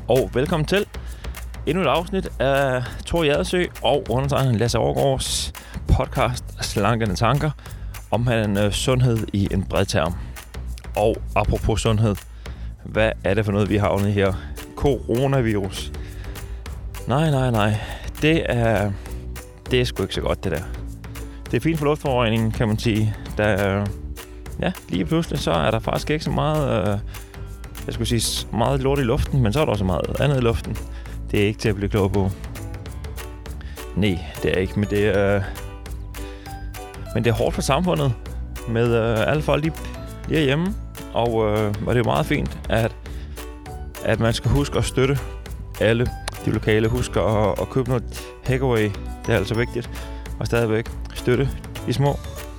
og velkommen til endnu et afsnit af Thor Jadersø og undertegnet Lasse Overgaards podcast Slankende Tanker omhandlende sundhed i en bred term. Og apropos sundhed, hvad er det for noget, vi har havnet her? Coronavirus. Nej. Det er sgu ikke så godt, det der. Det er fint for luftforureningen, kan man sige. Lige pludselig så er der faktisk ikke så meget, meget lort i luften, men så er der også meget andet i luften. Det er ikke til at blive klog på. Nej, det er ikke, men det er hårdt for samfundet med alle folk lige hjemme. Og det er meget fint, at man skal huske at støtte alle de lokale. Husk at købe noget takeaway. Det er altså vigtigt. Og stadigvæk støtte de små.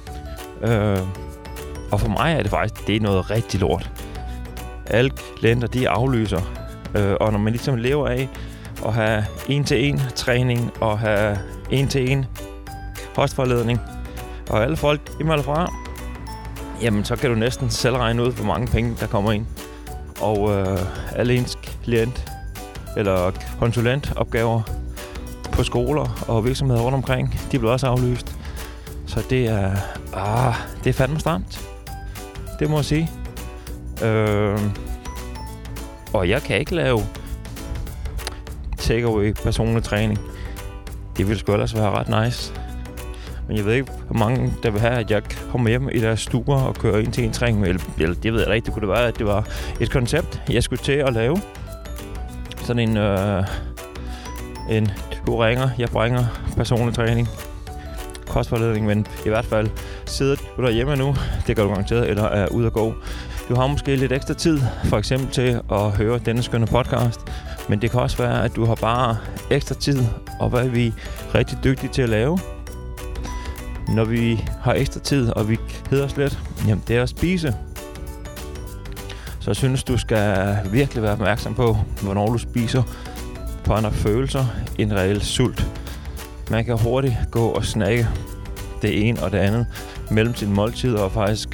Og for mig er det faktisk, det er noget rigtig lort. Alle klienter, de aflyser. Og når man ligesom lever af at have 1-til-1 træning og have 1-til-1 kostforledning og alle folk imellem fra, jamen så kan du næsten selv regne ud, hvor mange penge der kommer ind. Og alle ens klient eller konsulentopgaver på skoler og virksomheder rundt omkring, de bliver også aflyst. Så det er fandme stramt. Det må jeg sige. Og jeg kan ikke lave takeaway personlig træning. Det ville sgu ellers være ret nice. Men jeg ved ikke, hvor mange der vil have, at jeg kommer hjem i deres stuer og kører ind til en træning. Eller det ved jeg ikke. Det kunne det være, at det var et koncept, jeg skulle til at lave. Sådan du ringer, jeg bringer personlig træning. Kostforledning, men i hvert fald sidder du derhjemme nu. Det kan du garanteret, eller er ude at gå. Du har måske lidt ekstra tid, for eksempel til at høre denne skønne podcast. Men det kan også være, at du har bare ekstra tid, og hvad vi er rigtig dygtige til at lave. Når vi har ekstra tid, og vi keder os lidt, jamen det er at spise. Så jeg synes, du skal virkelig være opmærksom på, hvornår du spiser på andre følelser end reel sult. Man kan hurtigt gå og snakke det ene og det andet mellem sine måltider, og faktisk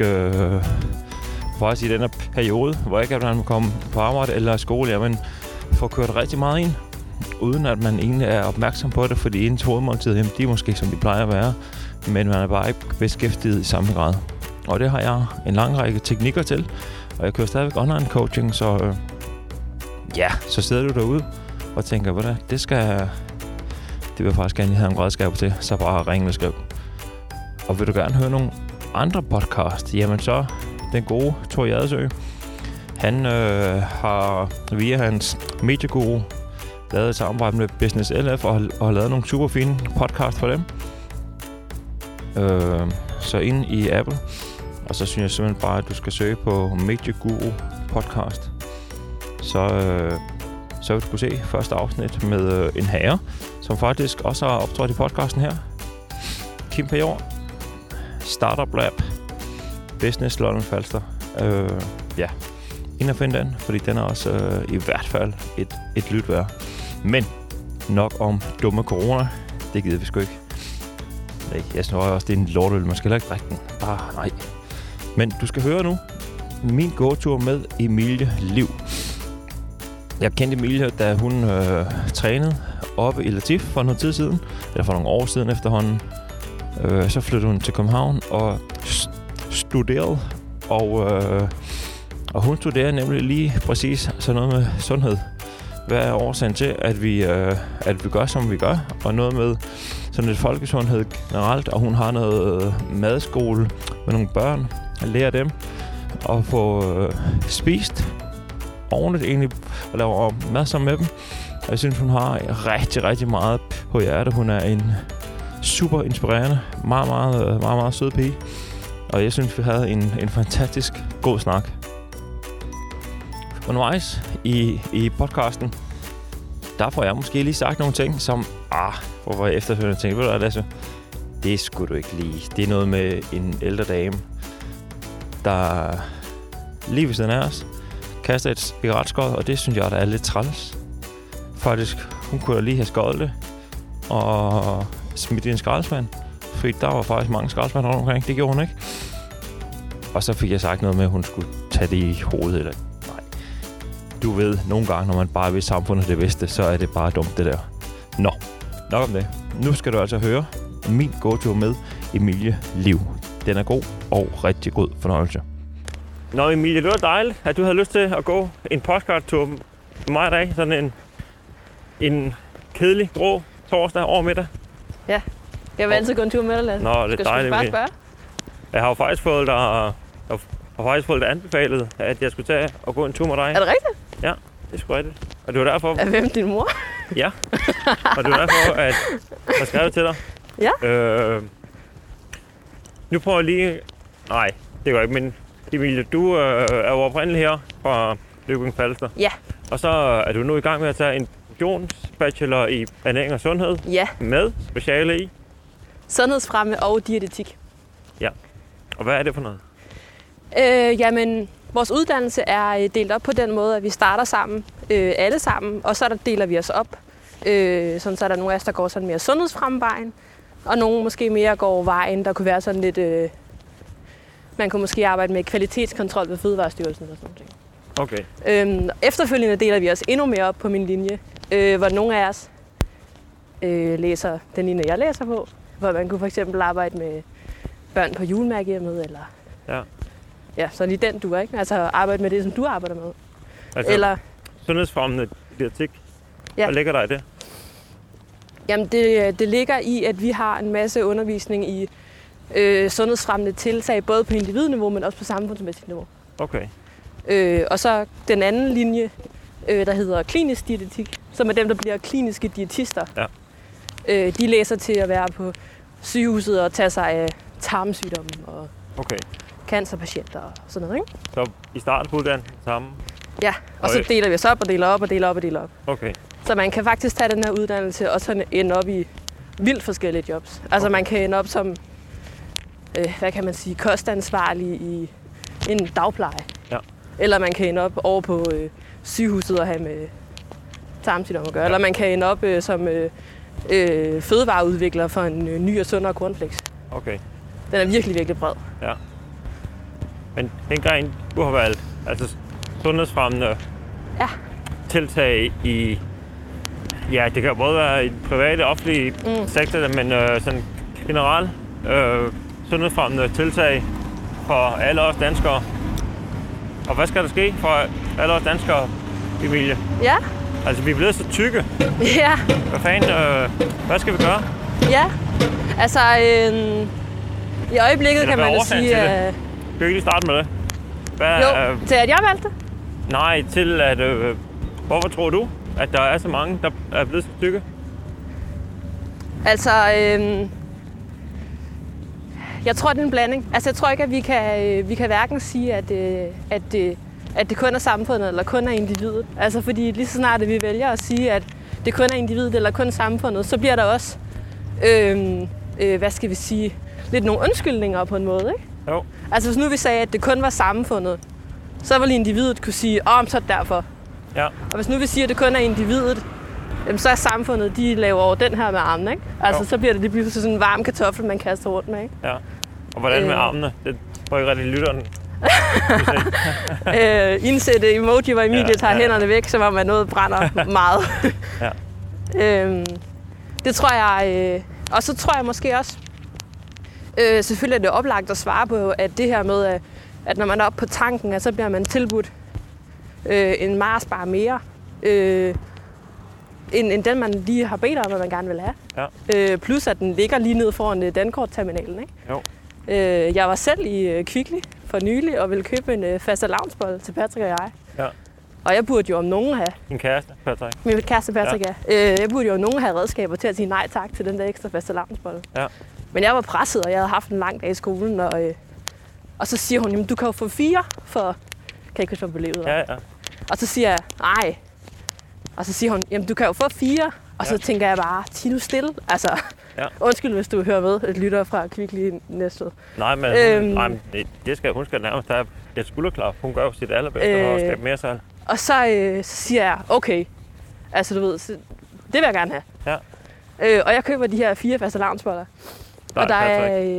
i den her periode, hvor jeg ikke kan komme på arbejde eller skole, jamen får kørt rigtig meget ind, uden at man egentlig er opmærksom på det, fordi ens hovedmåltid, jamen, de er måske som de plejer at være, men man er bare ikke beskæftiget i samme grad. Og det har jeg en lang række teknikker til, og jeg kører stadigvæk online coaching, så så sidder du derude og tænker, hvad det vil jeg faktisk gerne have nogle redskaber til, så bare ring og skriv. Og vil du gerne høre nogle andre podcast, jamen så den gode Thor Jadersø. Han har via hans medieguru lavet et samarbejde med Business LF og har lavet nogle super fine podcast for dem. Så ind i Apple, og så synes jeg simpelthen bare, at du skal søge på Medieguru podcast. Så vil du kunne se første afsnit med en herre, som faktisk også har optrådt i podcasten her. Kim Pajor, Startup Lab, Business London Falster. Ind og find den, fordi den er også i hvert fald et lyt værd. Men nok om dumme corona, det gider vi sgu ikke. Nej, jeg synes også, det er en lortøl, man skal heller ikke drikke den. Nej. Men du skal høre nu min gåtur med Emilie Liv. Jeg kendte Emilie, da hun trænede oppe i Latif for noget tid siden, eller for nogle år siden efterhånden. Så flyttede hun til København og studerede, og hun studerer nemlig lige præcis sådan noget med sundhed. Hvad er årsagen til, at vi gør, som vi gør, og noget med sådan lidt folkesundhed generelt, og hun har noget madskole med nogle børn, at lære dem at få spist ordentligt egentlig, og lave mad sammen med dem. Og jeg synes, hun har rigtig, rigtig meget på hjertet. Hun er en super inspirerende, meget sød pige. Og jeg synes, vi havde en fantastisk god snak. Undervejs i podcasten, der får jeg måske lige sagt nogle ting, som hvor jeg efterfølgende tænkte, ved du hvad, Lasse, det skulle du ikke lige. Det er noget med en ældre dame, der lige ved siden af os kaster et cigaretskod, og det synes jeg, der er lidt træls. Faktisk, hun kunne lige have skåret det og smidt i en skraldespand, fordi der var faktisk mange skraldespande rundt omkring. Det gjorde hun ikke. Og så fik jeg sagt noget med, at hun skulle tage det i hovedet, eller nej. du ved, nogle gange, når man bare vil samfundet det bedste, så er det bare dumt, det der. Nå, nok om det. Nu skal du altså høre min gåtur med Emilie Liv. Den er god og rigtig god fornøjelse. Nå Emilie, det var dejligt, at du havde lyst til at gå en postkarttur med mig i dag. Sådan en kedelig, grå torsdag over middag. Ja, jeg vil altid gå en tur med dig, Lasse. Nå, det er dejligt. Skal du bare spørge? Jeg har jo faktisk fået dig anbefalet, at jeg skulle tage og gå en tur med dig. Er det rigtigt? Ja, det er sgu rigtigt. Og det var derfor... Er hvem din mor? Ja, og det var derfor, at jeg skrev det til dig. Ja. Nu prøver jeg lige... Nej, det går ikke, men Emilie, du er jo oprindelig her fra Løgumkloster Falster. Ja. Og så er du nu i gang med at tage en professionsbachelor i ernæring og sundhed. Ja. Med speciale i? Sundhedsfremme og dietetik. Ja. Og hvad er det for noget? Jamen, vores uddannelse er delt op på den måde, at vi starter sammen, alle sammen, og så deler vi os op. Sådan så er der nogle af os, der går sådan mere sundhedsfremvejen, og nogle måske mere går vejen, der kunne være sådan lidt... man kunne måske arbejde med kvalitetskontrol ved Fødevarestyrelsen og sådan noget. Okay. Efterfølgende deler vi os endnu mere op på min linje, hvor nogle af os læser den linje, jeg læser på, hvor man kunne for eksempel arbejde med børn på julemærkehjemmet, eller... Ja. Ja, så lige den du ikke? Altså arbejde med det, som du arbejder med. Altså, eller sundhedsfremmende dietetik. Ja. Hvad ligger der i det? Jamen, det ligger i, at vi har en masse undervisning i sundhedsfremmende tiltag, både på individniveau, men også på samfundsmæssigt niveau. Okay. Og så den anden linje, der hedder klinisk dietetik, som er dem, der bliver kliniske diætister. Ja. De læser til at være på sygehuset og tage sig af tarmsygdomme og cancerpatienter og sådan noget, ikke? Så I starter på den samme? Ja, og så deler vi os op og deler op og deler op og deler op. Okay. Så man kan faktisk tage den her uddannelse og så ende op i vildt forskellige jobs. Altså man kan ende op som, hvad kan man sige, kostansvarlig i en dagpleje. Ja. Eller man kan ende op over på sygehuset og have med tarmsygdomme at gøre. Ja. Eller man kan ende op som fødevareudvikler for en ny og sundere cornflakes. Okay. Den er virkelig, virkelig bred. Ja. Men den gren, du har valgt, altså sundhedsfremmende tiltag i, ja, det kan både være i den private og offentlige sektor, men sådan generelt sundhedsfremmende tiltag for alle os danskere. Og hvad skal der ske for alle os danskere, Emilie? Ja. Altså, vi er blevet så tykke. Ja. Hvad fanden, hvad skal vi gøre? Ja, altså i øjeblikket kan man jo sige... Skal vi ikke lige starte med det? Til at jeg valgte det? Nej, til at... hvorfor tror du, at der er så mange, der er blevet så tykke? Altså, jeg tror, det er en blanding. Altså, jeg tror ikke, at vi kan hverken sige, at det kun er samfundet eller kun er individet. Altså, fordi lige så snart, at vi vælger at sige, at det kun er individet eller kun samfundet, så bliver der også, hvad skal vi sige, lidt nogle undskyldninger på en måde, ikke? Jo. Altså, hvis nu vi sagde, at det kun var samfundet, så ville individet kunne sige, så er det derfor. Ja. Og hvis nu vi siger, at det kun er individet, så er samfundet, de laver over den her med armene, ikke? Altså, så bliver det lige pludselig sådan en varm kartoffel, man kaster rundt med, ikke? Ja. Og hvordan med armene? Det tror jeg ikke rigtig lytteren. Indsætte emoji, hvor Emilie tager hænderne væk, som om man noget brænder meget. Ja. Det tror jeg... og så tror jeg måske også... selvfølgelig er det oplagt at svare på, at det her med, at når man er oppe på tanken, så bliver man tilbudt en Mars-bar mere, end den, man lige har bedt om, at man gerne vil have. Ja. Plus, at den ligger lige nede foran Dankort-terminalen, ikke? Jo. Jeg var selv i Kvickly for nylig og ville købe en fastelavnsbolle til Patrick og jeg. Ja. Og jeg burde jo om nogen have... Din kæreste, Patrick? Min kæreste, Patrick, ja. Jeg burde jo om nogen have redskaber til at sige nej tak til den der ekstra fastelavnsbolle. Ja. Men jeg var presset, og jeg havde haft en lang dag i skolen, og så siger hun, jamen du kan jo få 4 for... Kan jeg ikke huske, hvad beløbet var? Ja. Og så siger jeg, nej. Og så siger hun, jamen du kan jo få 4. Og så tænker jeg bare, tig nu stille. Altså, undskyld, hvis du hører med et lytter fra Kvickly Næstved. Nej, men hun skal nærmest have et skulderklap. Hun gør jo sit allerbedste for at skabe mere salg. Og så siger jeg, okay, altså du ved, det vil jeg gerne have. Ja. Og jeg køber de her 4 fastelavnsboller. Og der er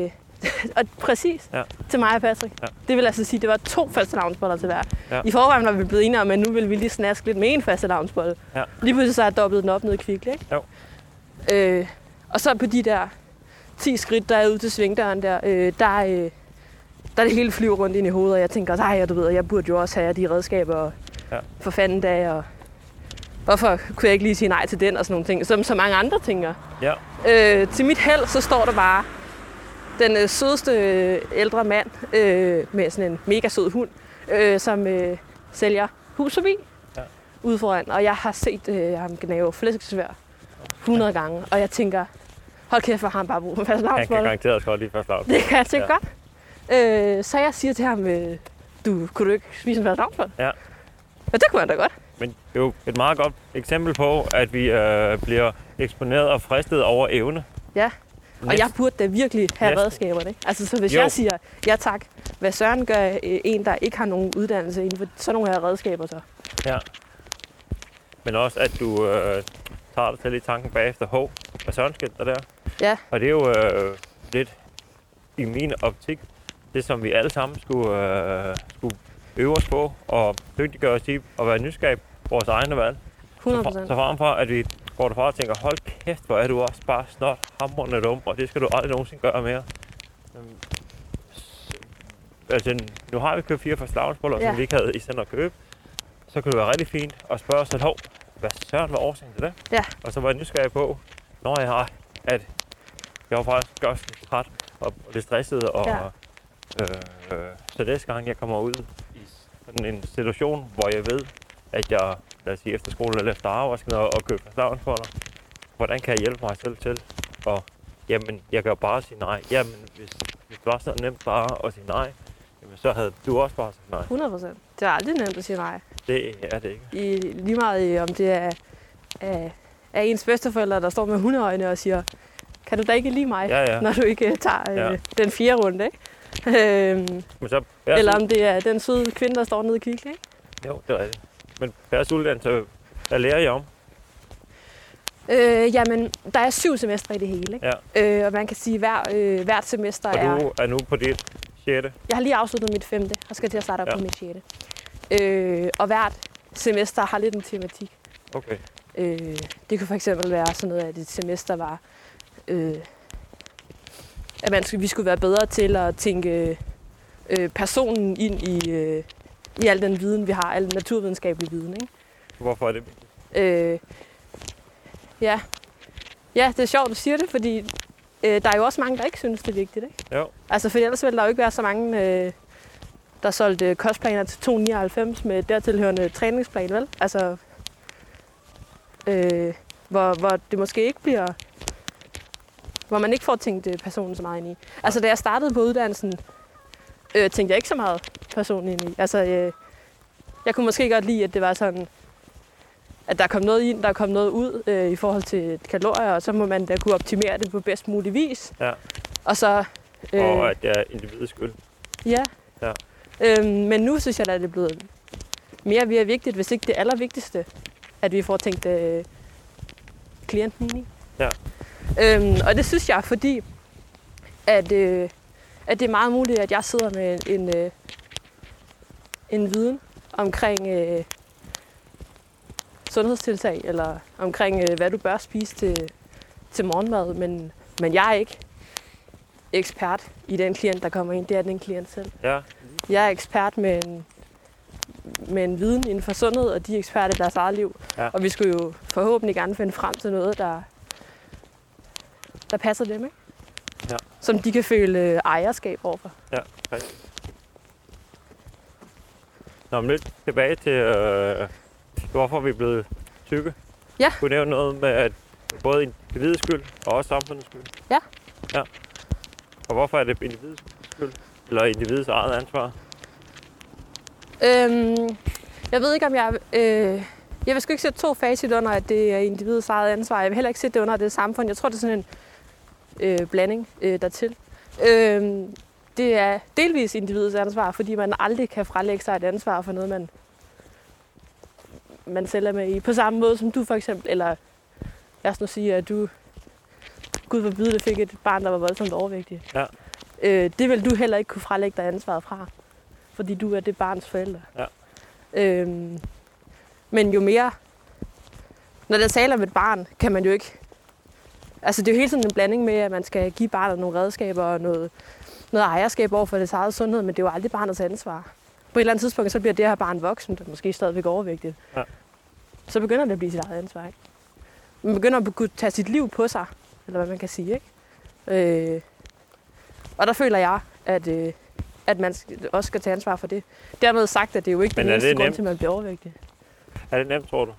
Og præcis. Ja. Til mig og Patrick. Ja. Det vil altså sige, det var 2 fastelavnsboller til hver. Ja. I forvejen var vi blevet enige om, at nu ville vi lige snaske lidt med en fastelavnsbolle. Ja. Lige pludselig så har jeg dobblet den op ned i Kvickly, ikke? Jo. Og så på de der 10 skridt, der er ude til svingdøren der er det hele flyver rundt ind i hovedet, og jeg tænker, nej, du ved, jeg burde jo også have de redskaber, og for fanden da, og hvorfor kunne jeg ikke lige sige nej til den, og sådan nogle ting, som så mange andre tænker. Ja. Til mit held, så står der bare den sødeste ældre mand med sådan en mega sød hund, som sælger hus forbi ude foran, og jeg har set ham gnave flæskesvær 100 gange, og jeg tænker, hold kæft, hvor har han bare brug for fastelavnsbolle. Han kan garanteret godt lide fastelavnsbolle. Det kan jeg tænke godt. Så jeg siger til ham, kunne du ikke spise en fastelavnsbolle? Ja. Og det kunne han da godt. Men det er jo et meget godt eksempel på, at vi bliver eksponeret og fristet over evne. Ja, og jeg burde da virkelig have redskaberne, ikke? Altså, så hvis jeg siger, ja tak, hvad søren gør en, der ikke har nogen uddannelse inden for sådan nogle her redskaber så? Ja. Men også, at du tager dig til i tanken bagefter, hvad søren sker der der? Ja. Og det er jo lidt i min optik, det som vi alle sammen skulle øve os på og dygtiggøre os i og være nysgerrige på vores egne valg. 100%. Så frem for, at vi går derfra og tænker, hold kæft, hvor er du også bare snot hamrende dum, og det skal du aldrig nogensinde gøre mere. Altså, nu har vi købt 4 fastelavnsboller, som vi ikke havde i stedet at købe. Så kunne det være rigtig fint at spørge sig, hvad søren var årsagen til det? Ja. Og så var jeg nysgerrig på, når jeg har, at jeg var faktisk også lidt træt og lidt stresset. Og, så næste gang jeg kommer ud i sådan en situation, hvor jeg ved, at jeg, lad os sige, efter skole eller efter arbejde skal og købe fastelavnsboller, hvordan kan jeg hjælpe mig selv til? Og jamen, jeg kan jo bare sige nej. Jamen, hvis det var så nemt bare at sige nej, jamen, så havde du også bare sagt nej. 100%. Det er aldrig nemt at sige nej. Det er det ikke. Lige meget om det er ens bedsteforældre, der står med hundeøjne og siger, kan du da ikke lide mig, når du ikke tager den 4. runde, ikke? Men så, eller om det er den søde kvinde, der står nede i Kvickly, ikke? Jo, det er rigtigt. Men Pers uddannelse, hvad lærer I om? Jamen, der er 7 semestre i det hele, ikke? Ja. Og man kan sige, hvert semester og du er nu på dit 6. Jeg har lige afsluttet mit 5. og skal til at starte op på mit 6. Og hvert semester har lidt en tematik. Okay. Det kunne for eksempel være sådan noget, at et semester var, at vi skulle være bedre til at tænke personen ind i al den viden, vi har, al den naturvidenskabelige viden, ikke? Hvorfor er det vigtigt? Ja, det er sjovt, du siger det, fordi der er jo også mange, der ikke synes, det er vigtigt, ikke? Jo. Altså, for ellers ville der jo ikke være så mange, der solgte kostplaner til 299 med dertilhørende træningsplan, vel? Altså, hvor det måske ikke bliver, hvor man ikke får tænkt personen så meget ind i. Altså, da jeg startede på uddannelsen, tænkte jeg ikke så meget personen ind i. Altså, jeg kunne måske godt lide, at det var sådan, at der kom noget ind, der kom noget ud i forhold til kalorier, og så må man da kunne optimere det på bedst mulig vis. Ja. Og så... og at det er individets skyld. Ja. Ja. Men nu synes jeg, at det er blevet mere vigtigt, hvis ikke det allervigtigste, at vi får tænkt klienten ind i. Ja. Og det synes jeg, fordi at det er meget muligt, at jeg sidder med en viden omkring sundhedstiltag, eller omkring, hvad du bør spise til morgenmad, men jeg er ikke ekspert i den klient, der kommer ind. Det er den klient selv. Ja. Jeg er ekspert med en viden inden for sundhed, og de er eksperter i deres eget liv. Ja. Og vi skulle jo forhåbentlig gerne finde frem til noget, der passer dem, ikke? Ja. Som de kan føle ejerskab overfor. Ja, rigtigt. Nå, men lidt tilbage til, hvorfor vi er blevet tykke. Ja. Du nævne noget med, at både individets skyld og også samfundets skyld. Ja. Ja. Og hvorfor er det individets skyld? Eller individets eget ansvar? Jeg ved ikke, om jeg vil sgu ikke sætte 2 facit under, at det er individets eget ansvar. Jeg vil heller ikke sætte det under, det samfund. Jeg tror, det er sådan en blanding dertil. Det er delvis individets ansvar, fordi man aldrig kan frelægge sig et ansvar for noget, man selv er med i. På samme måde som du for eksempel, eller lad os nu sige, at du, Gud forbyde det, fik et barn, der var voldsomt overvægtig. Ja. Det vil du heller ikke kunne frelægge dig ansvaret fra, fordi du er det barns forældre. Ja. Men jo mere, når der taler om et barn, kan man jo ikke... Altså det er jo hele tiden en blanding med, at man skal give barnet nogle redskaber og noget ejerskab over for dets eget sundhed, men det er jo aldrig barnets ansvar. På et eller andet tidspunkt, så bliver det her barn voksen, og måske stadigvæk overvægtigt. Ja. Så begynder det at blive sit eget ansvar, ikke? Man begynder at kunne tage sit liv på sig, eller hvad man kan sige, ikke? Og der føler jeg, at man også skal tage ansvar for det. Dermed sagt, at det er jo ikke den eneste grund til, at man bliver overvægtig. Er det nemt, tror du?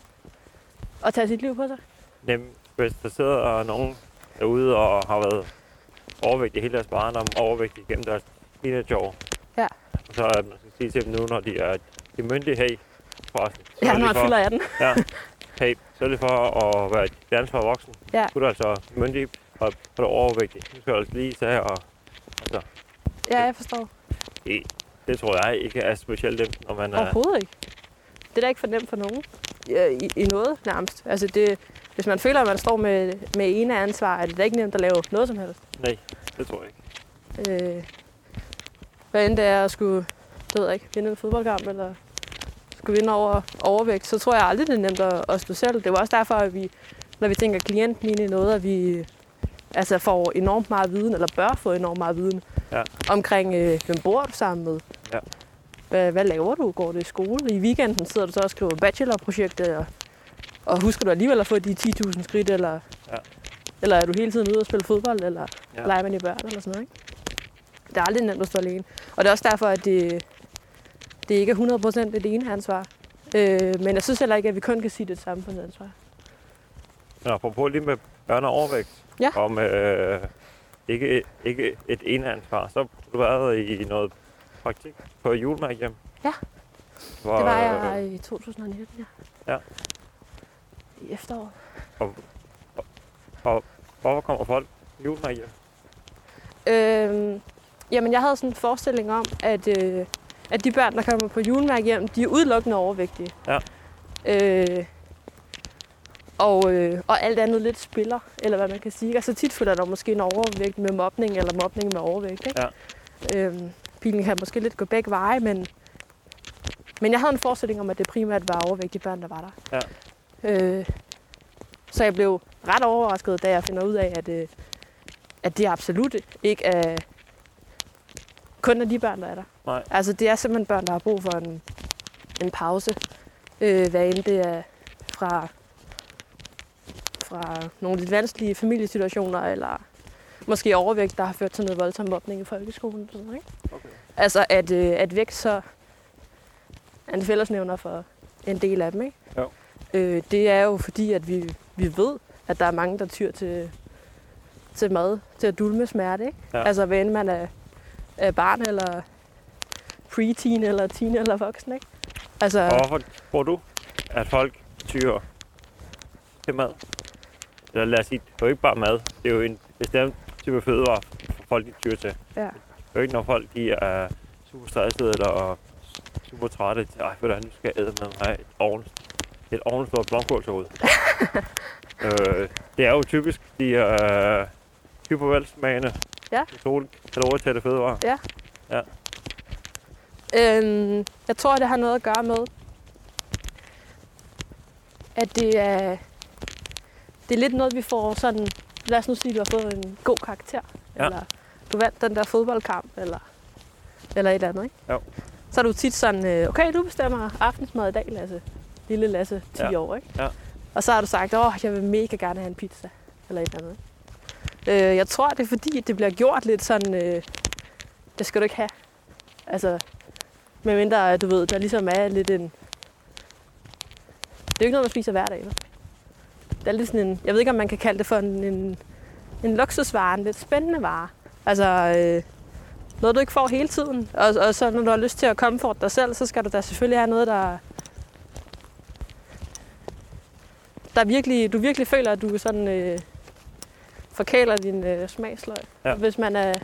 At tage sit liv på sig? Nemt, hvis der sidder nogen derude og har været overvægtige hele deres barndom, overvægtige gennem deres teenageår. Ja. Og så er man skal sige til dem nu, når de er myndige, hey, forresten. Ja, når jeg fylder 18. Ja, hey, så er det for at være dansk for voksen. Ja. Du er altså myndig og du er overvægtig. Nu skal du altså lige tage og... Altså, ja, jeg forstår. Det tror jeg ikke er specielt nemt, når man er... Overhovedet ikke. Det er da ikke for nemt for nogen. I noget nærmest. Altså hvis man føler, at man står med ene ansvar, er det da ikke nemt at lave noget som helst. Nej, det tror jeg ikke. Hvad end det er at skulle, det ved jeg ikke, vinde en fodboldkamp, eller skulle vinde over overvægt, så tror jeg aldrig, det er nemt at stå selv. Det er også derfor, at vi, når vi tænker klienten ind i noget, at vi altså får enormt meget viden, eller bør få enormt meget viden, omkring, hvem bor du sammen med? Ja. Hvad laver du? Går du i skole? I weekenden sidder du så og skriver bachelorprojekter, og husker du alligevel at få de 10.000 skridt, eller er du hele tiden ude og spille fodbold, eller leger man i børn, eller sådan noget, ikke? Det er aldrig nemt at stå alene. Og det er også derfor, at det ikke er 100% det ene ansvar. Men jeg synes heller ikke, at vi kun kan sige det samme på et ansvar. Men apropos lige med børn og overvægt, og med ikke et ene ansvar, så har du været i noget praktik på julemærkhjem. Ja, det var jeg i 2019, ja. I efteråret. Og hvorfor kommer folk i julemærkhjem? Jamen, jeg havde sådan en forestilling om, at de børn, der kommer på julemærkhjem, de er udelukkende overvægtige. Ja. Og alt andet lidt spiller, eller hvad man kan sige. Altså tit føler der måske en overvægt med mobning, eller mobning med overvægt, ikke? Ja. Pilen kan måske lidt gå begge veje, men jeg havde en forestilling om, at det primært var overvægtige børn, der var der. Ja. Så jeg blev ret overrasket, da jeg finder ud af, at det absolut ikke er kun af de børn, der er der. Nej. Altså det er simpelthen børn, der har brug for en pause. Hvad end det er fra nogle lidt vanskelige familiesituationer, eller måske overvægt, der har ført til noget voldsom mobning i folkeskolen. Sådan noget, ikke? Okay. Altså at vægt så er en fællesnævner for en del af dem, ikke? Jo. Det er jo fordi, at vi ved, at der er mange, der tyr til mad, til at dulme smerte, ikke? Ja. Altså hvad end man er barn, eller preteen, eller teen, eller voksen, ikke? Altså, og hvorfor tror du, at folk tyrer til mad? Eller lad os sige, det er jo ikke bare mad. Det er jo en bestemt type fødevarer, folk de tyrer til. Ja. Det er jo ikke, når folk de er super stressede eller super trætte. Nu skal jeg æde med mig et ovenstort blomkålshoved. Det er jo typisk de hypervelsmagende, kalorietætte fødevarer. Ja. Ja. Jeg tror, det har noget at gøre med, at det er lidt noget, vi får sådan... Lad os nu sige, at du har fået en god karakter. Ja. Eller du vandt den der fodboldkamp, eller et eller andet, ikke? Jo. Så er du tit sådan, okay, du bestemmer aftensmad i dag, Lasse. Lille Lasse, 10 år, ikke? Ja. Og så har du sagt, jeg vil mega gerne have en pizza, eller et eller andet. Jeg tror, det er fordi, det bliver gjort lidt sådan, det skal du ikke have. Altså, medmindre, du ved, der ligesom er lidt en... Det er jo ikke noget, man spiser hver dag, vel? Det er lidt sådan en... Jeg ved ikke, om man kan kalde det for en luksusvare, en lidt spændende vare. Altså, noget, du ikke får hele tiden. Og så når du har lyst til at comfort dig selv, så skal du da selvfølgelig have noget, der virkelig... Du virkelig føler, at du sådan... forkæler din smagsløg. Ja. Hvis man er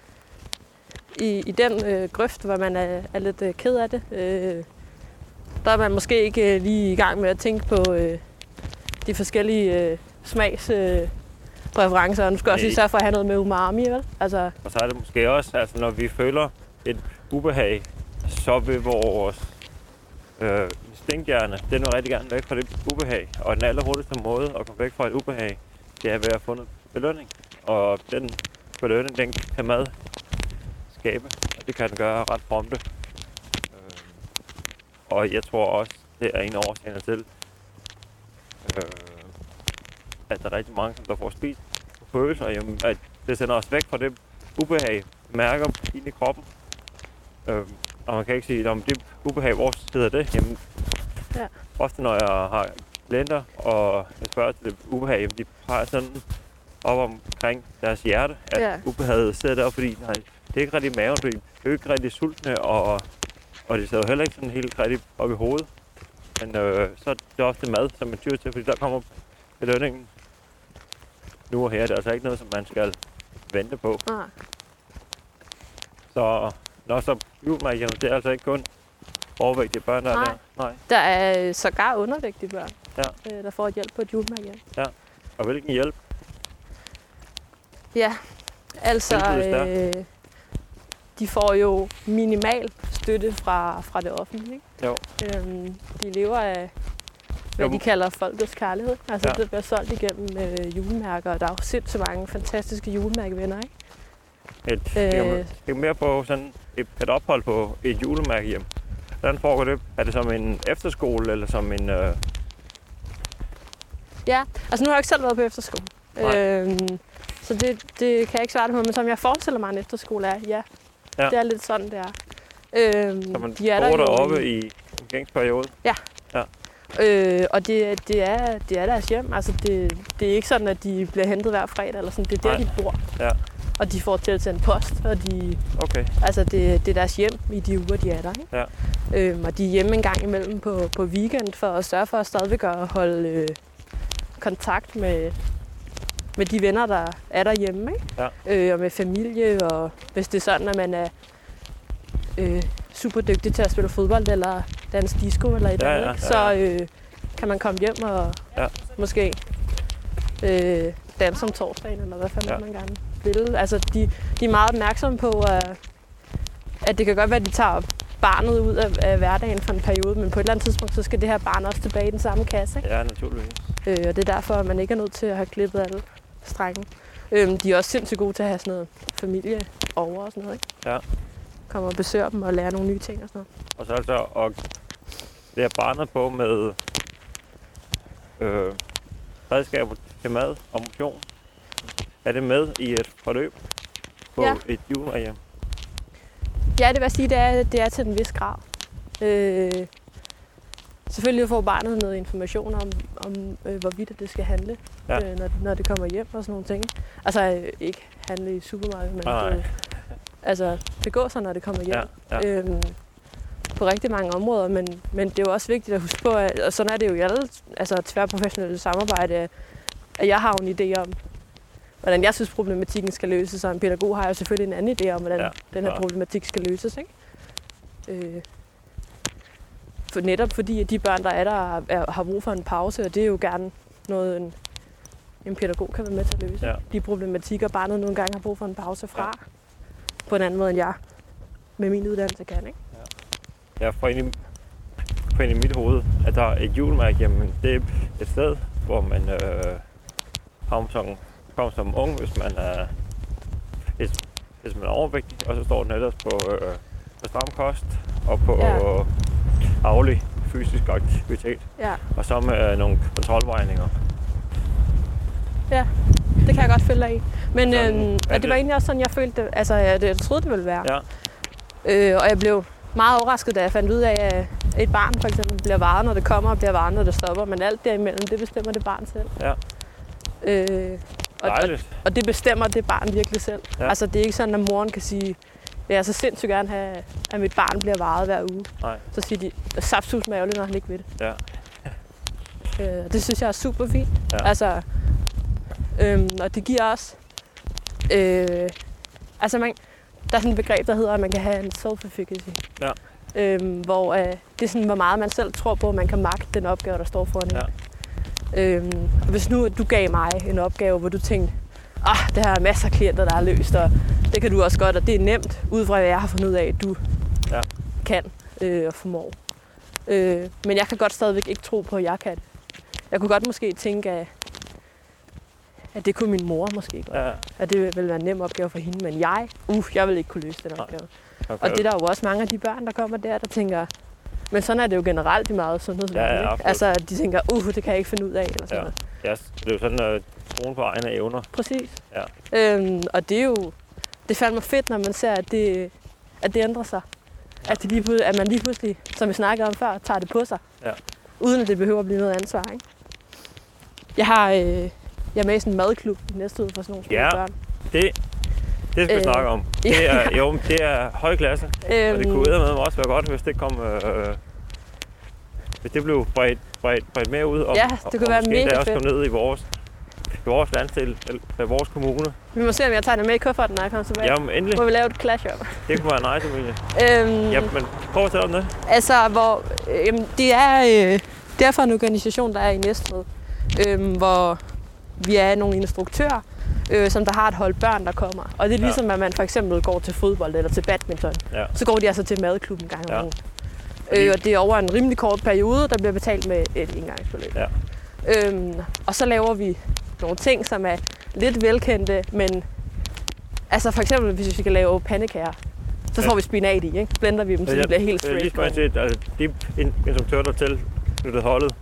i den grøft, hvor man er lidt ked af det, der er man måske ikke lige i gang med at tænke på de forskellige præferencer. Og nu skal jeg også lige sørge for at have noget med umami, vel? Altså... Og så er det måske også, altså når vi føler et ubehag, så vil vores instinktehjerne, den vil rigtig gerne væk fra det ubehag. Og den allerhurtigste måde at komme væk fra et ubehag, det er ved at få noget belønning. Og den belønning, den kan mad skabe, og det kan den gøre ret prompte. Og jeg tror også, det er en årsag til, at der er rigtig mange, der får spist på følelser, at det sender os væk fra det ubehag, mærker ind i kroppen. Og man kan ikke sige, om det ubehag, hvor sidder det? Jamen, ja. Ofte når jeg har klienter, og jeg spørger til det ubehag, jamen, de har sådan op omkring deres hjerte, at ubehaget sidder der, fordi nej, det er ikke rigtig maven, fordi det er jo ikke rigtig sultne, og det sidder jo heller ikke sådan helt rigtig op i hovedet. Men så er det ofte mad, som man tyrer til, fordi der kommer belønningen nu og her. Det er altså ikke noget, som man skal vente på. Så julemærkerne, det er altså ikke kun overvægtige børn, der er der. Nej. Der er sågar undervægtige børn, der får hjælp på et julemærke. Ja, og hvilken hjælp? Ja, altså de får jo minimal støtte fra det offentlige. Ikke? Jo. De lever af, hvad de kalder folkets kærlighed. Altså det bliver solgt igennem julemærker, og der er jo sindssygt mange fantastiske julemærkevenner, ikke? Det er mere på sådan et ophold på et julemærke hjem. Hvordan foregår det? Er det som en efterskole, eller som en... Ja, altså nu har jeg ikke selv været på efterskole. Så det kan jeg ikke svare det på, men som jeg forestiller mig en efterskole er, ja. Det er lidt sådan, det er. Så man bor deroppe i en gængsperiode? Ja. Og det er deres hjem. Altså det er ikke sådan, at de bliver hentet hver fredag, eller sådan. Det er der, de bor. Ja. Og de får tilsendt post, og altså det er deres hjem i de uger, de er der. Ikke? Ja. Og de er hjemme en gang imellem på weekend for at sørge for at stadigvæk at holde kontakt med de venner, der er derhjemme. Ikke? Ja. Og med familie, og hvis det er sådan, at man er super dygtig til at spille fodbold, eller danse disco, eller et andet, så kan man komme hjem og måske danse om torsdagen, eller hvad fanden man gerne vil. Altså, de er meget opmærksomme på, at det kan godt være, at de tager barnet ud af hverdagen for en periode, men på et eller andet tidspunkt, så skal det her barn også tilbage i den samme kasse. Ikke? Ja, naturligvis. Og det er derfor, at man ikke er nødt til at have klippet alle strenge. De er også sindssygt gode til at have sådan noget familie over og sådan noget. Ikke? Ja. Kommer og besøger dem og lærer nogle nye ting og sådan noget. Og så altså at lære barnet på med redskaber til mad og motion. Er det med i et forløb på et julemærke? Ja, det vil jeg sige, det er til en vis grad. Selvfølgelig får barnet noget information om hvorvidt det skal handle, når det kommer hjem og sådan nogle ting. Altså ikke handle i supermarkedet, men altså begå sig, når det kommer hjem. Ja. På rigtig mange områder, men det er jo også vigtigt at huske på, og sådan er det jo i alle tværprofessionelle samarbejde, at jeg har en idé om, hvordan jeg synes, problematikken skal løses, og en pædagog har jo selvfølgelig en anden idé om, hvordan den her problematik skal løses. Ikke? For netop fordi, at de børn, der er der, har brug for en pause, og det er jo gerne noget, en pædagog kan være med til at løse. Ja. De problematikker, barnet nogle gange har brug for en pause fra, på en anden måde, end jeg med min uddannelse kan. Ikke? Ja, for ind i mit hoved, at der er et julemærke, jamen, det er et sted, hvor man kommer som ung, hvis man er overvægtig, og så står den ellers på stram kost og på aflig fysisk aktivitet. Ja. Og så med nogle kontrolvejninger. Ja, det kan jeg godt følge af i. Men det var egentlig også sådan, jeg følte det. Altså, jeg troede, det ville være. Ja. Og jeg blev meget overrasket, da jeg fandt ud af, at et barn for eksempel bliver varet, når det kommer, og bliver varet, når det stopper. Men alt derimellem, det bestemmer det barn selv. Ja. Og det bestemmer det barn virkelig selv. Ja. Altså, det er ikke sådan, at moren kan sige, jeg er så sindssygt gerne have, at mit barn bliver varet hver uge. Nej. Så siger de, sapsus med ærgerligt, når han ikke ved det. Ja. Det synes jeg er super fint. Ja. Altså, og det giver også... altså, der er sådan et begreb, der hedder, at man kan have en self-efficacy. Ja. Hvor det er sådan, hvor meget man selv tror på, at man kan magte den opgave, der står foran en. Ja. Hvis nu du gav mig en opgave, hvor du tænkte, det her er masser af klienter, der er løst, og det kan du også godt, og det er nemt, ud fra hvad jeg har fundet ud af, at du kan og formår. Men jeg kan godt stadigvæk ikke tro på, at jeg kan det. Jeg kunne godt måske tænke, at det kunne min mor måske godt. Ja. At det ville være en nem opgave for hende, men jeg vil ikke kunne løse den opgave. Okay. Og det er der jo også mange af de børn, der kommer der tænker, men sådan er det jo generelt i meget sundhedsvæsen. Ja, altså, de tænker, det kan jeg ikke finde ud af, eller sådan noget. Ja, det er jo sådan, troen på egne evner. Præcis. Ja. Og det er jo, det falder mig fedt, når man ser, at det ændrer sig. Ja. At man lige pludselig, som vi snakkede om før, tager det på sig. Ja. Uden at det behøver at blive noget ansvar, ikke? Jeg er med i sådan en madklub i Næstved for sådan nogle små børn. Det skal vi snakke om. Det er, det er høj klasse, og det kunne med også være godt, hvis det kom... hvis det blev bredt mere ud, og det kunne være mega fedt. også kom ned i vores landsdel, eller vores kommune. Vi må se, om jeg tager det med i kufferten, når jeg kommer tilbage. Jamen, endelig. Må vi lave et clash-up. Det kunne være nice, Emilie. Men prøv at tale om det. Altså, det er for en organisation, der er i Næstved, hvor vi er nogle instruktører, som der har et hold børn, der kommer. Og det er ligesom, at man for eksempel går til fodbold eller til badminton. Ja. Så går de altså til madklubben en gang om ugen. Og det er over en rimelig kort periode, der bliver betalt med et engangsbeløb. Ja. Og så laver vi nogle ting, som er lidt velkendte, men altså for eksempel, hvis vi kan lave pandekager, så får vi spinat i, ikke? Blender vi dem, så det bliver helt straight. Lige spørgsmål til, altså de instruktører, der tilknyttet holdet,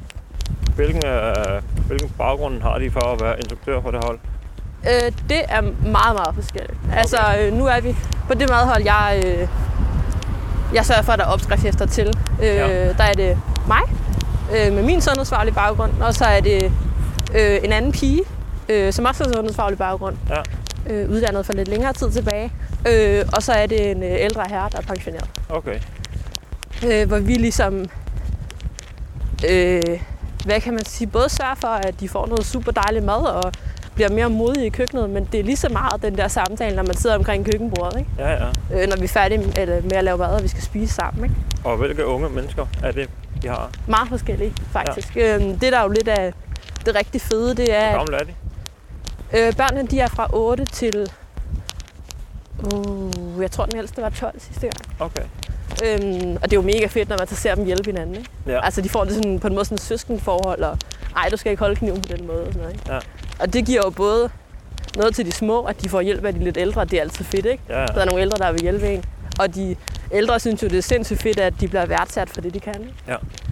hvilken baggrund har de for at være instruktør for det hold? Det er meget, meget forskelligt. Okay. Altså, nu er vi på det madhold, jeg sørger for, at der er opskrifter til. Der er det mig, med min sundhedsfaglige baggrund, og så er det en anden pige, som også har sundhedsfaglig baggrund, uddannet for lidt længere tid tilbage. Og så er det en ældre herre, der er pensioneret. Okay. Hvor vi ligesom, hvad kan man sige, både sørger for, at de får noget super dejlig mad, og bliver mere modige i køkkenet, men det er lige så meget den der samtale, når man sidder omkring køkkenbordet, ikke? Ja. Når vi er færdige med at lave mad, og vi skal spise sammen, ikke? Og hvilke unge mennesker er det, de har? Meget forskellige, faktisk. Ja. Det der er jo lidt af det rigtig fede, det er... Hvor gamle er de? Børnene, de er fra 8 til... jeg tror, den ældste var 12 sidste gang. Okay. Og det er jo mega fedt, når man så ser dem hjælpe hinanden, ikke? Ja. Altså, de får det sådan, på en måde sådan et søskendeforhold, og du skal ikke holde kniven på den måde, og sådan noget, ikke? Ja. Og det giver jo både noget til de små, at de får hjælp af de lidt ældre, det er altid fedt, ikke? Ja. Der er nogle ældre, der vil hjælpe en. Og de ældre synes jo, det er sindssygt fedt, at de bliver værdsat for det, de kan, ikke? Ja.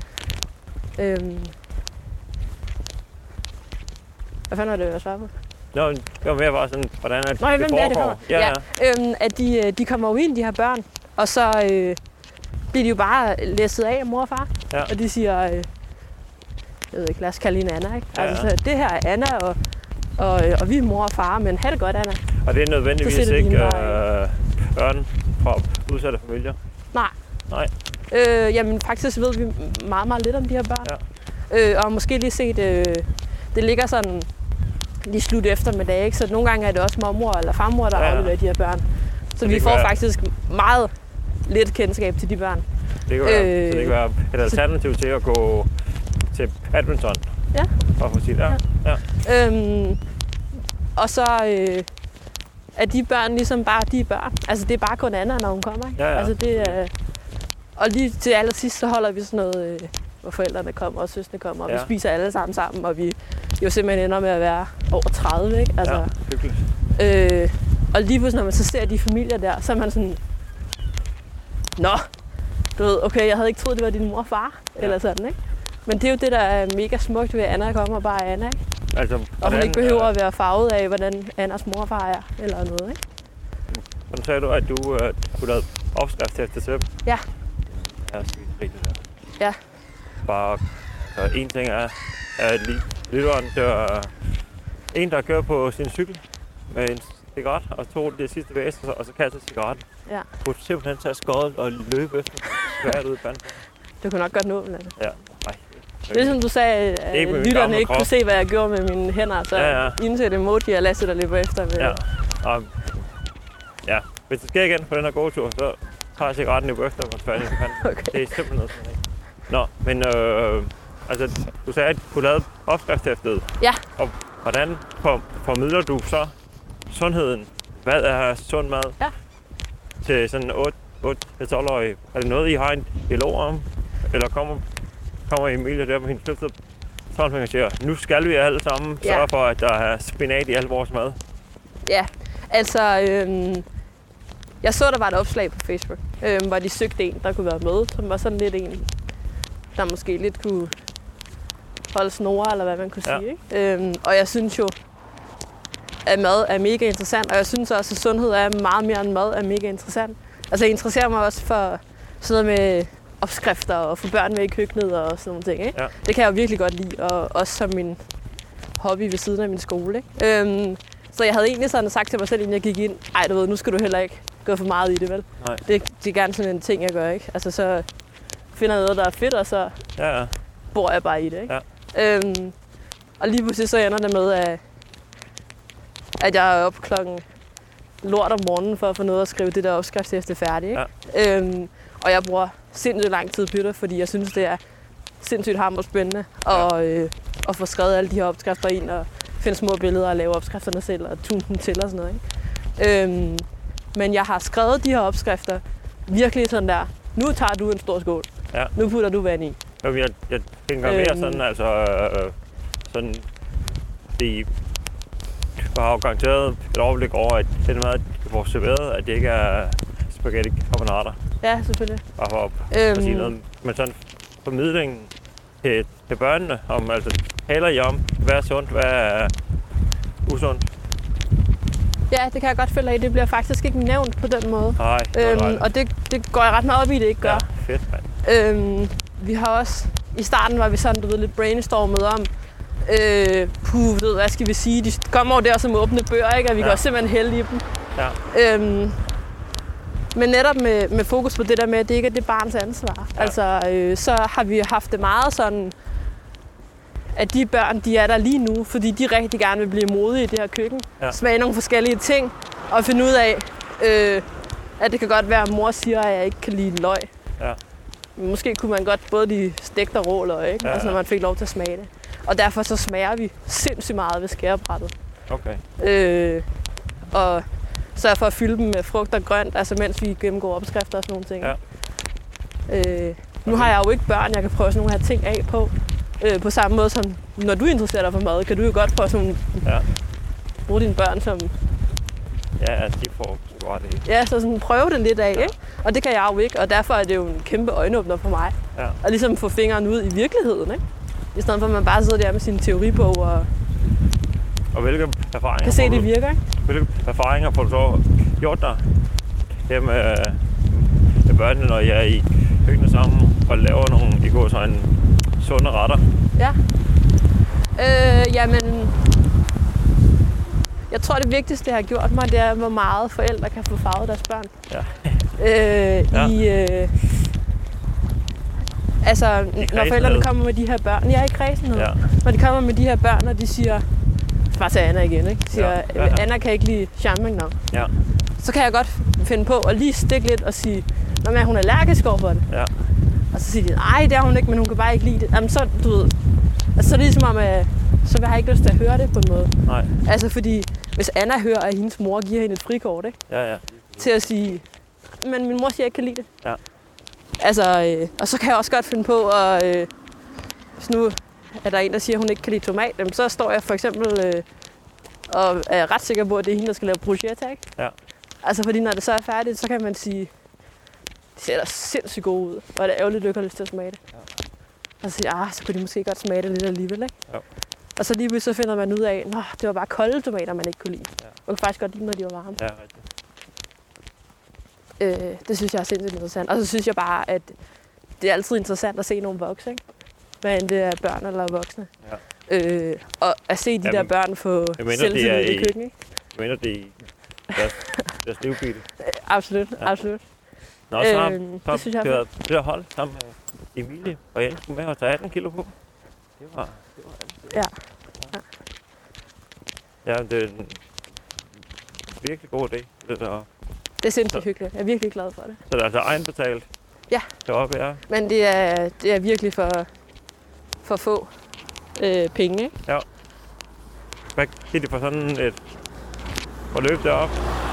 Hvad fanden var det, jeg svarede på? Det var mere bare sådan, hvordan det foregår. At de kommer jo ind, de her børn, og så bliver de jo bare læsset af mor og far. Ja. Og de siger, jeg ved ikke, lad os kalde hende Anna, ikke? Ja. Altså, så det her er Anna, og vi er mor og far, men have det godt, Anna. Og det er nødvendigvis ikke børn fra udsatte familier? Nej. Jamen, faktisk ved vi meget, meget lidt om de her børn. Ja. Og måske lige set, det ligger sådan lige slut eftermiddag, ikke? Så nogle gange er det også mormor eller farmor, der afleverer de her børn. Så vi får faktisk meget lidt kendskab til de børn. Det kan være, så det kan være et alternativ til at gå til badminton. Ja. For at sige det. Ja. Og så er de børn ligesom bare de børn. Altså det er bare kun Anna, når hun kommer, ikke? Ja. Altså det og lige til allersidst, så holder vi sådan noget, hvor forældrene kommer og søstrene kommer, og vi spiser alle sammen, og vi jo simpelthen ender med at være over 30, ikke? Altså, hyggeligt. Og lige pludselig, når man så ser de familier der, så er man sådan, nå, du ved, okay, jeg havde ikke troet, det var din mor og far, eller sådan, ikke? Men det er jo det, der er mega smukt ved, at Anna kommer bare Anna, ikke? Altså, og hun ikke behøver at være farvet af, hvordan Annas mor og far er, eller noget, ikke? Så sagde du, at du kunne lave opskrift efter til. Ja. Ja, det er rigtigt der. Ja. Bare, en ting er at lytteren, en, der kører på sin cykel med en cigaret, og tog det sidste væs, og så kaster cigaretten. Ja. Kunne du simpelthen tage skåret og løbe efter svært ud i banden? Du kunne nok godt nå det. Ja, nej. Det er som du sagde, at lytterne ikke kunne se, hvad jeg gjorde med mine hænder, så indsæt emoji og Lasse, der løber efter. Med. Ja, hvis det sker igen på den her gåtur, så tager jeg cigaretten i bøfter og færdig i panden. Okay. Det er simpelthen noget sådan, ikke? Nå, men altså, du sagde, at du lavede opskriftshæftet. Ja. Og hvordan formidler du så sundheden? Hvad er sund mad? Ja. Til sådan 8-12-årige. Er det noget, I har en dialog om? Eller kommer Emilie der på hendes løftet og siger, nu skal vi alle sammen sørge for, at der er spinat i al vores mad? Ja, altså, jeg så, der var et opslag på Facebook, hvor de søgte en, der kunne være med, som var sådan lidt en, der måske lidt kunne holde snore, eller hvad man kunne sige. Ikke? Og jeg synes jo, at mad er mega interessant, og jeg synes også, at sundhed er meget mere end mad er mega interessant. Altså, jeg interesserer mig også for sådan noget med opskrifter og få børn med i køkkenet og sådan nogle ting. Ikke? Ja. Det kan jeg jo virkelig godt lide, og også som min hobby ved siden af min skole. Ikke? Så jeg havde egentlig sådan sagt til mig selv, inden jeg gik ind, ej, du ved, nu skal du heller ikke gå for meget i det, vel? Nej. Det er gerne sådan en ting, jeg gør, ikke? Altså, så finder jeg noget, der er fedt, og så bor jeg bare i det, ikke? Ja. Og lige pludselig så ender det med, at jeg er oppe klokken lort om morgenen for at få noget at skrive det der opskriftshæfte færdigt, ikke? Ja. Og jeg bruger sindssygt lang tid på det, fordi jeg synes, det er sindssygt hammerspændende at få skrevet alle de her opskrifter ind og finde små billeder og lave opskrifterne selv og tune dem til og sådan noget. Ikke? Men jeg har skrevet de her opskrifter virkelig sådan der, nu tager du en stor skål, nu putter du vand i. Jeg tænker mere sådan, altså sådan, du har jo garanteret et overblik over, at den mad, du får serveret, at det ikke er spaghetti carbonara. Ja, selvfølgelig. Bare for at sige noget. Men sådan formidlingen til børnene, om altså taler I om, hvad er sundt, hvad er usundt? Ja, det kan jeg godt følge af. Det bliver faktisk ikke nævnt på den måde. Nej, og det går jeg ret meget op i, det ikke gør. Ja, fedt, mand. Vi har også, i starten var vi sådan, du ved, lidt brainstormet om, hvad skal vi sige, de kommer over der som åbne bøger, ikke? Og vi kan simpelthen hælde i dem. Ja. Men netop med fokus på det der med, at det ikke er det barns ansvar. Ja. Altså, så har vi haft det meget sådan, at de børn, de er der lige nu, fordi de rigtig gerne vil blive modige i det her køkken. Ja. Smage nogle forskellige ting, og finde ud af, at det kan godt være, at mor siger, at jeg ikke kan lide løg. Ja. Måske kunne man godt både de stegte og rå løg, ikke? Ja. Altså, når man fik lov til at smage det. Og derfor så smager vi sindssygt meget ved skærebrættet. Okay. Og sørger for at fylde dem med frugt og grønt, altså mens vi gennemgår opskrifter og sådan nogle ting. Ja. Nu har jeg jo ikke børn, jeg kan prøve sådan nogle her ting af på. På samme måde som, når du interesserer dig for mad, kan du jo godt prøve sådan bruge dine børn som... Ja, de får godt det. Ja, så sådan prøve det lidt af, ikke? Og det kan jeg jo ikke, og derfor er det jo en kæmpe øjenåbner for mig. Ja. Og ligesom få fingeren ud i virkeligheden, ikke? I stedet for at man bare sidder der med sin teoribog og hvilke erfaringer kan se, det virker, ikke? Hvilke erfaringer får du så gjort dig her med børnene, når jeg er i køkkenet sammen og laver nogle, i går så en sunde retter? Ja. Jamen, jeg tror, det vigtigste, jeg har gjort mig, det er, hvor meget forældre kan få farvet deres børn. Ja. Altså, når forældrene kommer med de her børn, jeg er i kredsenhed, når de kommer med de her børn, og de siger, bare til Anna igen, ikke? Siger, Anna kan ikke lide champignon. Ja. Så kan jeg godt finde på at lige stikke lidt og sige, at hun er allergisk over for det. Ja. Og så siger de, nej, det er hun ikke, men hun kan bare ikke lide det. Jamen så, du ved, altså, så er det ligesom om, så vil jeg ikke lyst til at høre det på en måde. Nej. Altså fordi, hvis Anna hører, at hendes mor giver hende et frikort, ikke? Ja. Til at sige, men min mor siger, at jeg ikke kan lide det. Ja. Altså, og så kan jeg også godt finde på at, hvis nu er der en, der siger, at hun ikke kan lide tomat, så står jeg for eksempel og er ret sikker på, at det er hende, der skal lave bruschetta, ikke? Ja. Altså fordi når det så er færdigt, så kan man sige, det ser da sindssygt gode ud, og det er ærgerligt, at du ikke har lyst til at smage det. Ja. Og så siger jeg, så kunne de måske godt smage det lidt alligevel, ikke? Ja. Og så lige så finder man ud af, at det var bare kolde tomater, man ikke kunne lide. Ja. Man kan faktisk godt lide, når de var varme. Ja, rigtigt. Det synes jeg er sindssygt interessant. Og så synes jeg bare, at det er altid interessant at se nogle vokse, ikke? Hvad end det er børn eller voksne. Ja. Og at se de der børn få selvtillid i køkken, ikke? Jeg mener, det er deres livsbil. Absolut, absolut. Nå, så har det der hold sammen med Emilie og Jens med at tage 18 kilo på. Det var Ja, det er en virkelig god idé. Det er sindssygt hyggeligt. Jeg er virkelig glad for det. Så det er altså egenbetalt? Ja. Deroppe, ja. Men det er virkelig for få penge, ikke? Ja. Hvad giver de for sådan et forløb deroppe?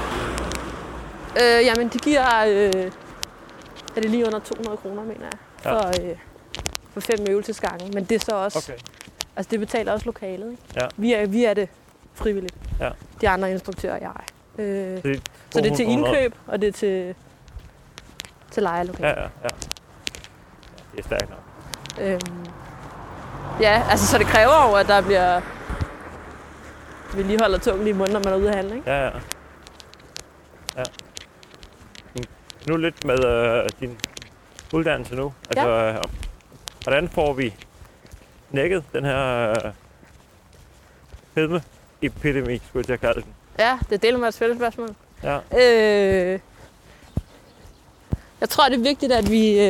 Jamen, de giver... er det lige under 200 kroner, mener jeg, for 5 øvelsesgange. Men det er så også... Okay. Altså, det betaler også lokalet, ikke? Ja. Vi er det frivilligt. Ja. De andre instruktører og jeg. Så det er til indkøb, og det er til lejelokale. Ja. Det er stærkt nok. Ja, altså, så det kræver jo, at der bliver vedligeholdt tungen i munden, når man er ude at handle, ikke? Ja. Nu lidt med din uddannelse nu. Altså, hvordan får vi knækket den her fedmeepidemi, skulle jeg til at kalde den? Ja, det deler mig et fælles spørgsmål. Ja. Jeg tror, det er vigtigt, at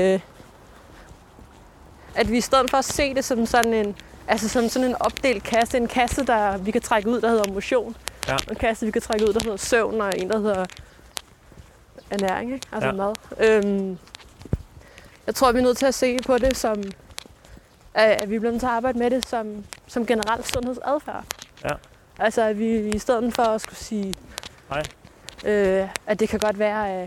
vi i stedet for at se det som sådan en opdelt kasse, en kasse, der vi kan trække ud, der hedder motion, og en kasse, vi kan trække ud, der hedder søvn, og en, der hedder ernæring, ikke? Altså mad. Jeg tror, vi er nødt til at se på det som, at vi bliver nødt til at arbejde med det som generelt sundhedsadfærd. Ja. Altså, at vi i stedet for at skulle sige, at det kan godt være,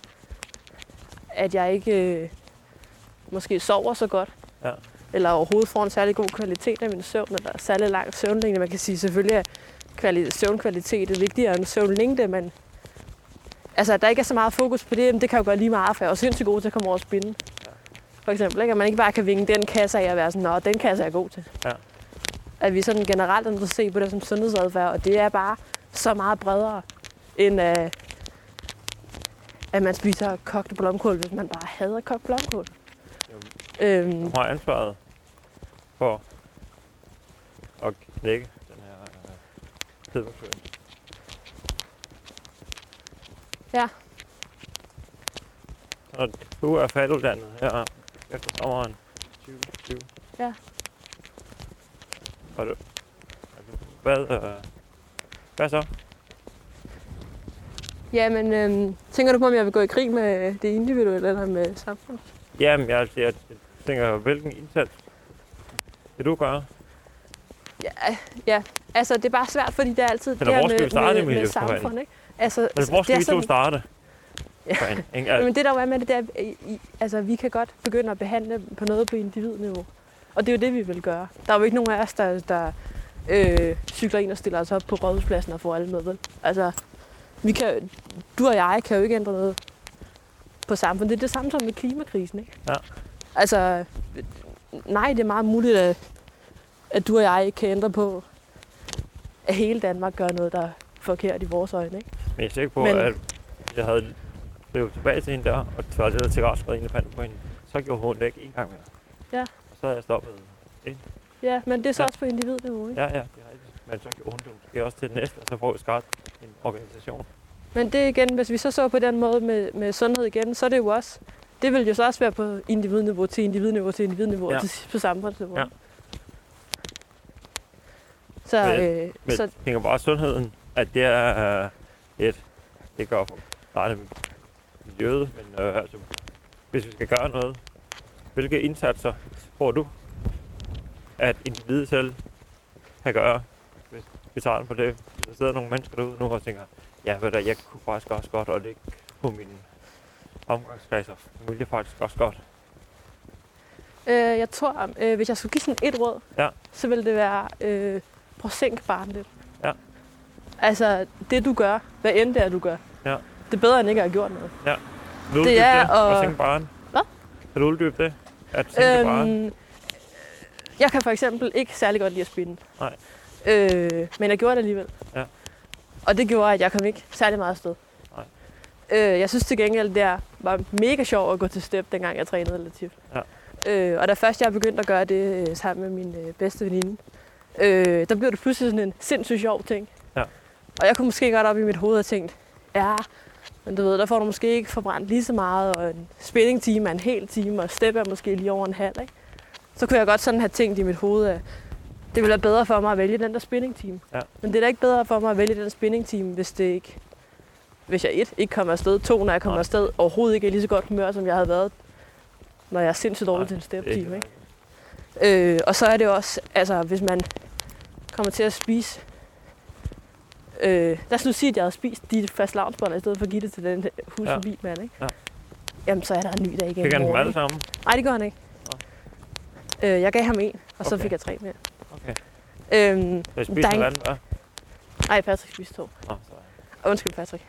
at jeg ikke måske sover så godt, eller overhovedet får en særlig god kvalitet af min søvn, eller særlig lang søvnlængde. Man kan sige selvfølgelig, at søvnkvalitet er vigtigere end søvnlængde, men altså, at der ikke er så meget fokus på det, det kan jo gøre lige meget, for jeg er sindssygt god til at komme over og spinde. For eksempel, ikke? At man ikke bare kan vinge den kasse af og være sådan, nå, den kasse er jeg god til. Ja. At vi sådan generelt er nødt til at se på det som sundhedsadfærd, og det er bare så meget bredere, end at man spiser kogte blomkål, hvis man bare hader kogt blomkål. Du har ansvaret for at knække den her fedmekøen. Ja. Og du er færdiguddannet her efter sommeren 2020. Ja. Og hvad så? Jamen, tænker du på, om jeg vil gå i krig med det individuelle eller med samfundet? Jamen, jeg tænker, hvilken indsats vil du gøre? Ja. Altså, det er bare svært, fordi det er altid det her med samfundet, ikke? Altså, hvor skal vi to starte? Ja. Men det der jo er med det, der, altså, vi kan godt begynde at behandle på noget på individniveau. Og det er jo det, vi vil gøre. Der er jo ikke nogen af os, der cykler ind og stiller os op på rådhuspladsen og får alle med, vel? Altså, du og jeg kan jo ikke ændre noget på samfundet. Det er det samme som med klimakrisen, ikke? Ja. Altså, nej, det er meget muligt, at du og jeg ikke kan ændre på, at hele Danmark gør noget, der er forkert i vores øjne, ikke? Men jeg er sikker på, at jeg havde løbet tilbage til hende der, og tørret det der cigaretskred ind i panden på hende. Så gjorde hun det ikke en gang mere. Ja. Og så havde jeg stoppet ind. Ja, men det er så også på individniveau, ikke? Ja, det er rigtigt. Men så gjorde hun det måske også til det næste, og så får vi skabt en organisation. Men det igen, hvis vi så på den måde med sundhed igen, så er det jo også, det vil jo så også være på individniveau til individniveau til individniveau, og til på samfundsniveau. Ja. Men jeg tænker bare sundheden, at det er det gør for rette miljøet, men altså, hvis vi skal gøre noget, hvilke indsatser får du, at individet selv kan gøre, hvis vi tager den på det? Der sidder nogle mennesker derude nu og tænker, ja, jeg kunne faktisk også godt, og ligge på mine omgangskredser. Familie faktisk også godt. Jeg tror, hvis jeg skulle give sådan et råd, så ville det være, prøv at sænke barnet lidt. Ja. Altså, det du gør, hvad end det er, du gør, det er bedre end ikke at have gjort noget. Ja. Vil du uddybe det at sænke barnet? Hvad? Vil du uddybe det at sænke barnet? Jeg kan for eksempel ikke særlig godt lide at spinde. Nej. Men jeg gjorde det alligevel. Ja. Og det gjorde, at jeg kom ikke særlig meget afsted. Nej. Jeg synes til gengæld, det var mega sjovt at gå til step, dengang jeg trænede relativt. Ja. Og da først jeg begyndte at gøre det sammen med min bedste veninde, der blev det pludselig sådan en sindssygt sjov ting. Ja. Og jeg kunne måske godt op i mit hoved og tænkt, men du ved, der får du måske ikke forbrændt lige så meget, og en spinning-time er en hel time, og step er måske lige over en halv, ikke? Så kunne jeg godt sådan have tænkt i mit hoved, at det ville være bedre for mig at vælge den der spinning-team. Ja. Men det er da ikke bedre for mig at vælge den spinning-team, hvis jeg ikke kommer afsted, 2, når jeg kommer afsted, overhovedet ikke er lige så godt humør, som jeg havde været, når jeg er sindssygt dårlig til en step-team, ikke? Og så er det også, altså hvis man kommer til at spise Lad os nu sige, at jeg havde spist de fastelavnsboller, i stedet for at give det til den hus forbi mand, ikke? Ja. Jamen, så er der en ny dag igen. Fik han dem alle sammen? Nej, det gør han ikke. Jeg gav ham en, og så fik jeg 3 mere. Okay. Så jeg spiste noget andet, Nej, Patrick spiste 2. Undskyld, Patrick.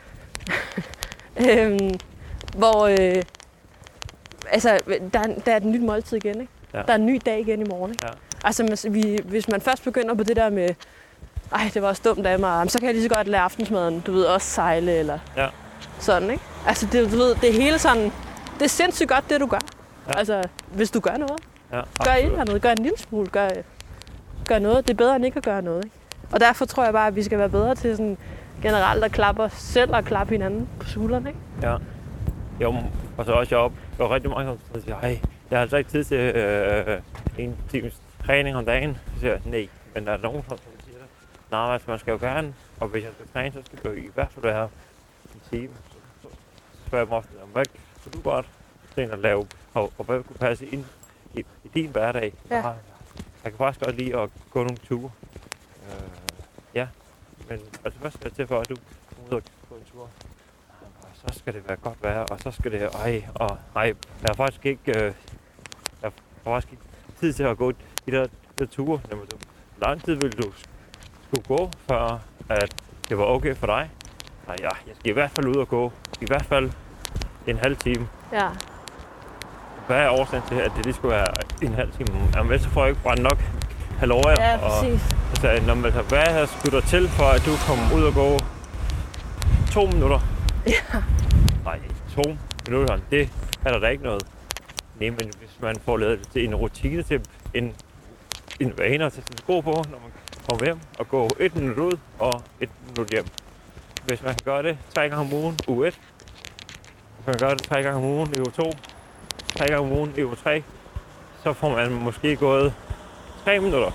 Altså, der er et nyt måltid igen, ikke? Ja. Der er en ny dag igen i morgen, ikke? Ja. Altså, hvis man først begynder på det der med, det var også dumt af mig, så kan jeg lige så godt lade aftensmaden, du ved, også sejle, eller sådan, ikke? Altså, du ved, det er hele sådan, det er sindssygt godt, det du gør. Ja. Altså, hvis du gør noget. Ja, gør et eller andet, gør en lille smule, gør noget. Det er bedre end ikke at gøre noget, ikke? Og derfor tror jeg bare, at vi skal være bedre til sådan generelt at klappe os selv og klappe hinanden på skuldrene, ikke? Ja. Jo, og så også jeg går rigtig mange, der siger, jeg har altså ikke tid til en times træning om dagen. Så siger jeg, nej, men der er nogen, som siger det. Nej, altså, man skal jo gerne, og hvis jeg skal træne, så skal jeg i hvert fald være en time. Så spørger jeg mig ofte, hvad kunne du godt tænke at lave, og hvad kunne passe ind i din hverdag? Ja. Jeg kan faktisk godt lide at gå nogle ture. Men altså, hvad skal der til for, at du kommer ud og gå en tur? Og så skal det være godt vejr, og så skal det... jeg har faktisk ikke tid til at gå de der ture. Jamen, hvor lang tid ville du skulle gå, før at det var okay for dig? Jeg skal i hvert fald ud og gå. I hvert fald en halv time. Ja. Hvad er årsagen til, at det lige skulle være en halv time? Jamen, så får jeg ikke brændt nok kalorier. Ja, præcis. Og hvad skulle der til, for at du kom ud og gå 2 minutter? Ja. Nej, 2 minutter, det er der da ikke noget. Nej, men hvis man får lavet det til en rutine, til en vane at sætte sko på, når man kommer hjem, og gå 1 minut ud og 1 minut hjem. Hvis man kan gøre det 3 gange om ugen, uge 1. Hvis man kan gøre det 3 gange om ugen, uge 2. 3 gange om ugen, uge 3. Så får man måske gået 3 minutter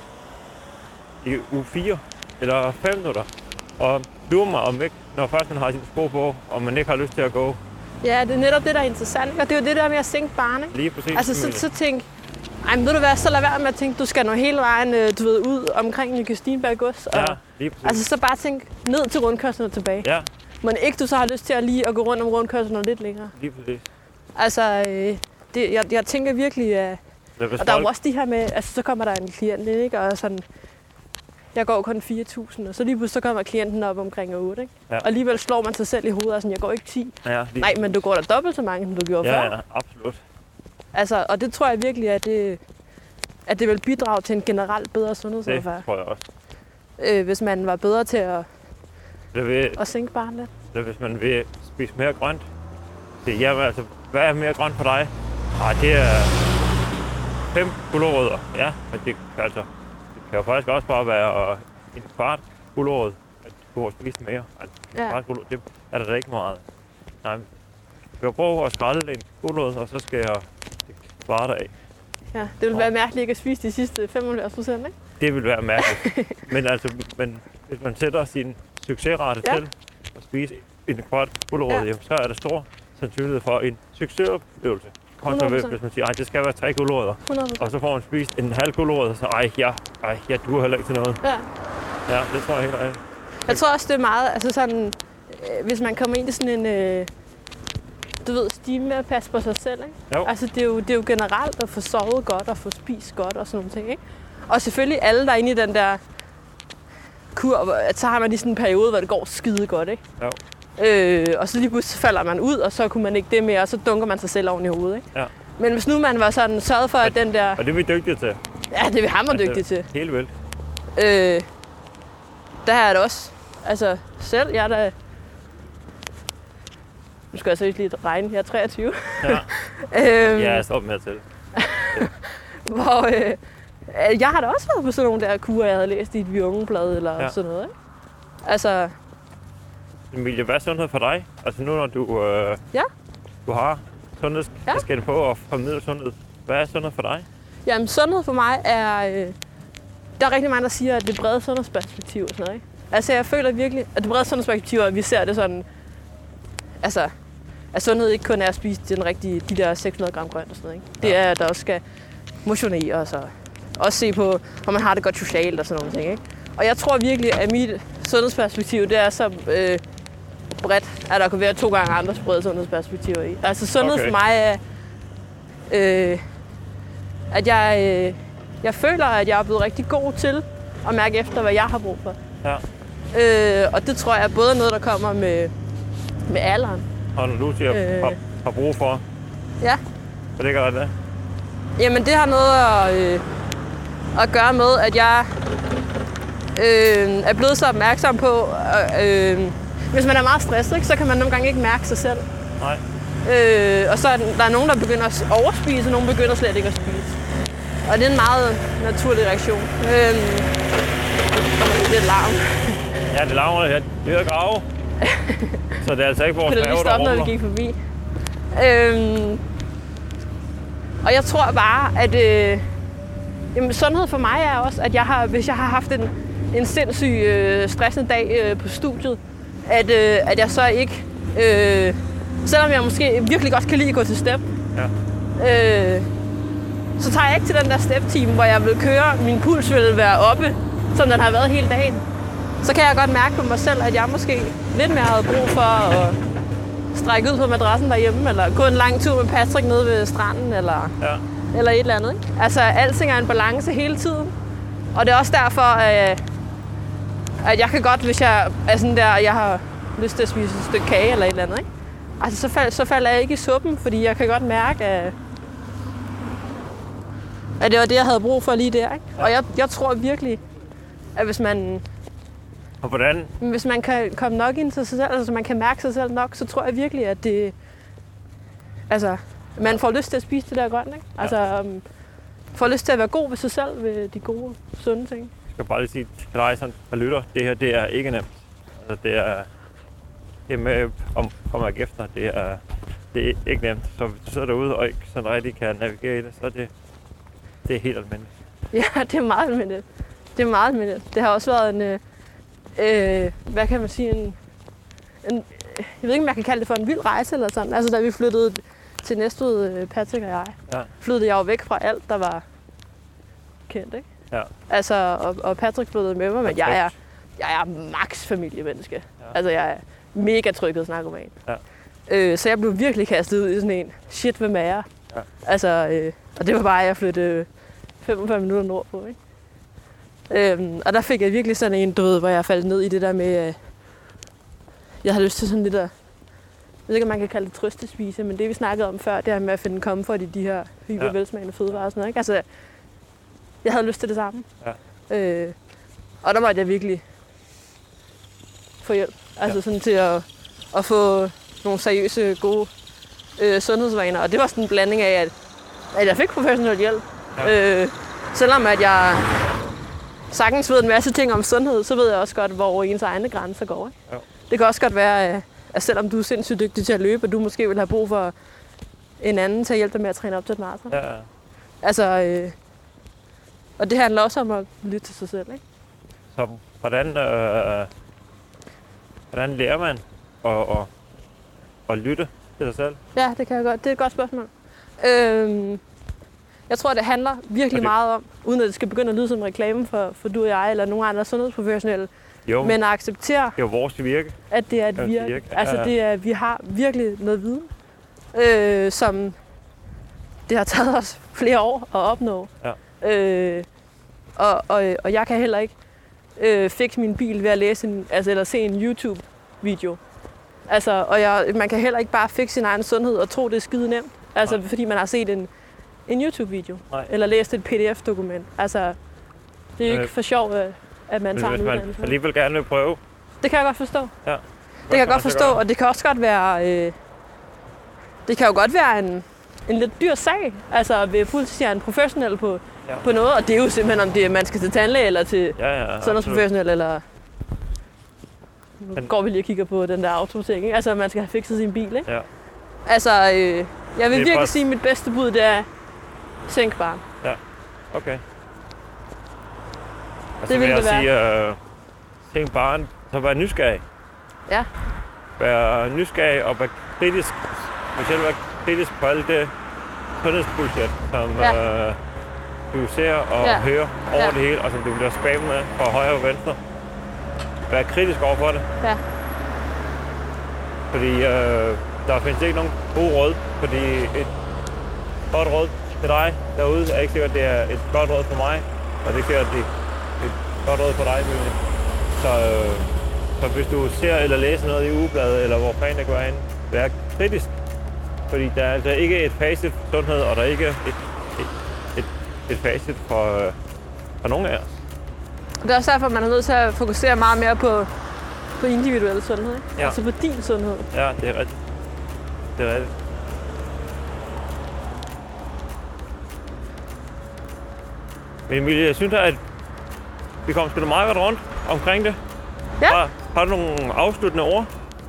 i uge 4 eller 5 minutter. Og lurer mig om ikke, når først man har sin sko på, og man ikke har lyst til at gå. Ja, det er netop det, der er interessant. Og det er jo det der med at sænke barn, ikke? Lige præcis. Altså så tænk, men ved du hvad, så lad være med at tænke, du skal nå hele vejen, du ved, ud omkring Ny Kristinberg Gods. Ja, lige præcis. Altså så bare tænk ned til rundkørslen og tilbage. Ja. Men ikke du så har lyst til at lige at gå rundt om rundkørslen og lidt længere. Lige præcis. Altså, jeg tænker virkelig, at... Og der er jo også de her med, altså så kommer der en klient, ikke? Og sådan, jeg går kun 4.000, og så lige pludselig så kommer klienten op omkring 8, ikke? Ja. Og alligevel slår man sig selv i hovedet, og sådan, jeg går ikke 10. Ja, nej, men du går da dobbelt så mange, som du gjorde før. Ja, absolut. Altså, og det tror jeg virkelig, at det vil bidrage til en generelt bedre sundhedsadfærd. Det tror jeg også. Hvis man var bedre til at sænke barn lidt. Eller hvis man vil spise mere grønt. Altså, hvad er mere grønt for dig? Det er 5 gulerødder. Ja, men det kan jo faktisk også bare være en kvart gulerod, at du har spist mere. Det er der ikke meget. Nej, jeg kan prøve at skrælle en gulerod, og så skal jeg kvarte af. Ja, det vil være mærkeligt ikke at spise de sidste 75%, ikke? Det vil være mærkeligt. men hvis man sætter sin succesrate til at spise en kvart gulerod, så er der stor sandsynlighed for en succesoplevelse. Hvis man siger, det skal være 3 gulerødder, og så får man spist en halv gulerod, og så jeg duer heller ikke til noget. Ja, det tror jeg helt rigtigt. Jeg tror også, det er meget, altså sådan, hvis man kommer ind i sådan en, du ved, stime med at passe på sig selv, ikke? Jo. Altså det er jo generelt at få sovet godt og få spist godt og sådan nogle ting, ikke? Og selvfølgelig alle, der er inde i den der kur, så har man lige sådan en periode, hvor det går skide godt, ikke? Jo. Og så lige pludselig falder man ud, og så kunne man ikke det mere, og så dunker man sig selv oven i hovedet, ikke? Ja. Men hvis nu man var sådan sørget for, at den der... Og det er vi dygtige til. Ja, det er vi hammerdygtige til. Helt vildt. Der er det også. Altså, selv, jeg er da... Nu skal jeg så lige regne, jeg er 23. Ja, jeg er stoppet med til. Hvor... jeg har da også været på sådan nogle der kurer, jeg havde læst i et Viongeblad eller sådan noget, ikke? Altså... Emilie, hvad er sundhed for dig? Altså nu når du har sundhedskasketten på og formidler sundhed. Hvad er sundhed for dig? Jamen sundhed for mig er... der er rigtig mange, der siger, at det brede sundhedsperspektiv og sådan noget, ikke? Altså jeg føler virkelig, at det brede sundhedsperspektiv, at vi ser det sådan... Altså, at sundhed ikke kun er at spise de der 600 gram grønt og sådan noget, ikke? Det er, at der også skal motionere og så også se på, hvor man har det godt socialt og sådan nogle ting, ikke? Og jeg tror virkelig, at mit sundhedsperspektiv, det er så bredt, at der kan være 2 gange andre sprede sundhedsperspektiver i. Altså sundhed for mig er, at jeg føler, at jeg er blevet rigtig god til at mærke efter, hvad jeg har brug for. Ja. Og det tror jeg er både noget, der kommer med alderen. Og når du siger, har brug for, ja. Hvad ligger der det? Jamen det har noget at gøre med, at jeg er blevet så opmærksom på, hvis man er meget stresset, ikke, så kan man nogle gange ikke mærke sig selv. Nej. Og så er der nogen, der begynder at overspise, og nogen begynder slet ikke at spise. Og det er en meget naturlig reaktion. Det er larm. Ja, det larmer her. Det er grave. Så det er altså ikke vores færge, der rumler. Kunne det lige stoppe, når vi gik forbi. Og jeg tror bare, at sundhed for mig er også, at hvis jeg har haft en sindssyg stressende dag på studiet, at jeg så ikke, selvom jeg måske virkelig godt kan lide at gå til step, så tager jeg ikke til den der step-team, hvor jeg vil køre, min puls vil være oppe, som den har været hele dagen. Så kan jeg godt mærke på mig selv, at jeg måske lidt mere havde brug for at strække ud på madrassen derhjemme, eller gå en lang tur med Patrick nede ved stranden, eller et eller andet. Ikke? Altså, alting er en balance hele tiden. Og det er også derfor, at jeg kan godt, hvis jeg er sådan der, jeg har lyst til at spise et stykke kage eller et eller andet, ikke? Altså, så falder jeg ikke i suppen, fordi jeg kan godt mærke, at det var det, jeg havde brug for lige der. Ikke? Og jeg tror virkelig, at hvis man kan komme nok ind til sig selv, altså man kan mærke sig selv nok, så tror jeg virkelig, at det, altså, man får lyst til at spise det der grønt, ikke? Altså, får lyst til at være god ved sig selv, ved de gode, sunde ting. Jeg skal bare lige sige til dig, der lytter, det her, det er ikke nemt. Altså, det er med at mærke efter, det er ikke nemt. Så hvis du sidder derude og ikke sådan rigtig kan navigere i det, så er det er helt almindeligt. Ja, det er meget almindeligt. Det er meget almindeligt. Det har også været en, hvad kan man sige, en jeg ved ikke, om jeg kan kalde det for en vild rejse eller sådan. Altså, da vi flyttede til Næstved, Patrick og jeg, flyttede jeg jo væk fra alt, der var kendt, ikke? Ja. Altså, og Patrick flyttede med mig, men jeg er max familiemenneske. Ja. Altså, jeg er mega tryghedsnarkoman. Ja. Så jeg blev virkelig kastet ud i sådan en shit, hvem er jeg? Ja. Altså, og det var bare, at jeg flyttede 45 minutter nordpå, ikke? Og der fik jeg virkelig sådan en død, hvor jeg faldt ned i det der med, jeg havde lyst til sådan lidt at, jeg ved ikke, om man kan kalde det trøstespise, men det vi snakkede om før, det her med at finde comfort i de her hypervelsmagende fødevarer og sådan noget, ikke? Altså, jeg havde lyst til det samme. Ja. Og der måtte jeg virkelig få hjælp. Altså sådan til at få nogle seriøse, gode sundhedsvaner. Og det var sådan en blanding af, at jeg fik professionel hjælp. Ja. Selvom at jeg sagtens ved en masse ting om sundhed, så ved jeg også godt, hvor ens egne grænser går. Ikke? Ja. Det kan også godt være, at selvom du er sindssygt dygtig til at løbe, og du måske vil have brug for en anden til at hjælpe dig med at træne op til et maraton. Ja. Altså, og det handler også om at lytte til sig selv, ikke? Så hvordan lærer man at lytte til sig selv? Ja, det kan jeg godt. Det er et godt spørgsmål. Jeg tror, det handler virkelig meget om, uden at det skal begynde at lyde som reklame for du og jeg, eller nogle andre sundhedsprofessionelle, men at acceptere, det er vores virke. At det er et virke. Altså, det er, vi har virkelig noget viden, som det har taget os flere år at opnå. Ja. Og jeg kan heller ikke fikse min bil ved at læse eller se en YouTube-video. Altså, man kan heller ikke bare fikse sin egen sundhed og tro, det er skide nemt. Altså, fordi man har set en YouTube-video. Nej. Eller læst et PDF-dokument. Altså, det er jo ikke for sjov, at man tager en uddannelse. Hvis man alligevel gerne vil prøve. Det kan jeg godt forstå. Ja. Det kan jeg godt forstå, og det kan også godt være... det kan jo godt være en lidt dyr sag. Altså, ved fuldstændig en professionel på noget. Og det er jo simpelthen, om man skal til tandlæge eller til sundhedsprofessionel, eller... Nu går vi lige og kigger på den der autoting, ikke? Altså, man skal have fikset sin bil, ikke? Ja. Altså, jeg vil virkelig sige, at mit bedste bud, det er sænk barn. Ja, okay. Altså, det vil jeg sige, sænk barn, så vær nysgerrig. Ja. Vær nysgerrig og vær kritisk. Specielt vær kritisk på alt det sundhedsbullshit, du ser og hører over det hele, og som du bliver spammet med fra højre og venstre. Vær kritisk over for det. Ja. Fordi der findes ikke nogen gode råd, fordi et godt råd til dig derude er ikke sikkert, det er et godt råd for mig, og det er ikke sikkert, det er et godt råd for dig, Emilie. Så hvis du ser eller læser noget i ugebladet, eller hvor fanden det går hen, vær kritisk. Fordi der er altså ikke et facit for sundhed, og der er ikke et facit for nogen af os. Det er også derfor, man er nødt til at fokusere meget mere på individuel sundhed, ikke? Ja. Altså på din sundhed. Ja, det er rigtigt. Det er rigtigt. Men Emilie, jeg synes at vi kommer sgu meget godt rundt omkring det. Ja. Har du nogle afsluttende ord?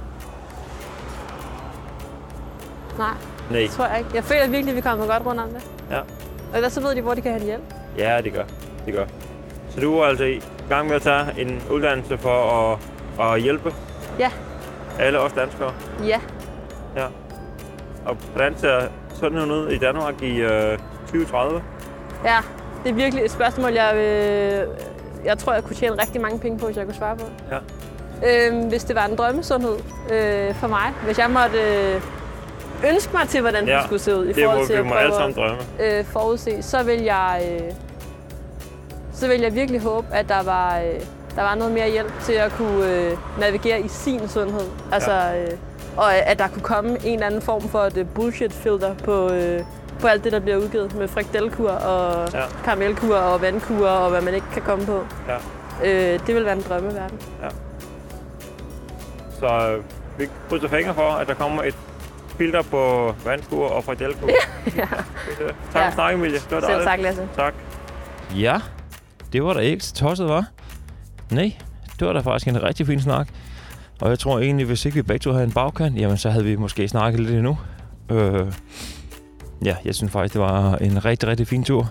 Nej, det tror jeg ikke. Jeg føler virkelig, at vi kommer godt rundt om det. Ja. Og ellers så ved de, hvor de kan have hjælp. Ja, det gør. Så du er altså i gang med at tage en uddannelse for at hjælpe? Ja. Alle os danskere? Ja. Ja. Og hvordan ser sundheden ud i Danmark i 2030? Ja, det er virkelig et spørgsmål, jeg tror, jeg kunne tjene rigtig mange penge på, hvis jeg kunne svare på. Ja. Hvis det var en drømmesundhed for mig, hvis jeg måtte ønske mig til, hvordan det skulle se ud i forhold til at prøve at forudse, så vil jeg virkelig håbe, at der var noget mere hjælp til at kunne navigere i sin sundhed. Altså, og at der kunne komme en eller anden form for et bullshit-filter på alt det, der bliver udgivet med frikdelkur og karamelkur og vandkur og hvad man ikke kan komme på. Ja. Det vil være en drømmeverden. Ja. Så vi krydser fingre for, at der kommer et filter på vandkur og frikdelkur. Ja. Tak for snakken, Emilie. Selv tak, Lasse. Tak. Ja, det var da ikke så tosset, var? Nej, det var da faktisk en rigtig fin snak. Og jeg tror egentlig, hvis ikke vi begge to havde en bagkant, jamen så havde vi måske snakket lidt endnu. Ja, jeg synes faktisk, det var en rigtig, rigtig fin tur.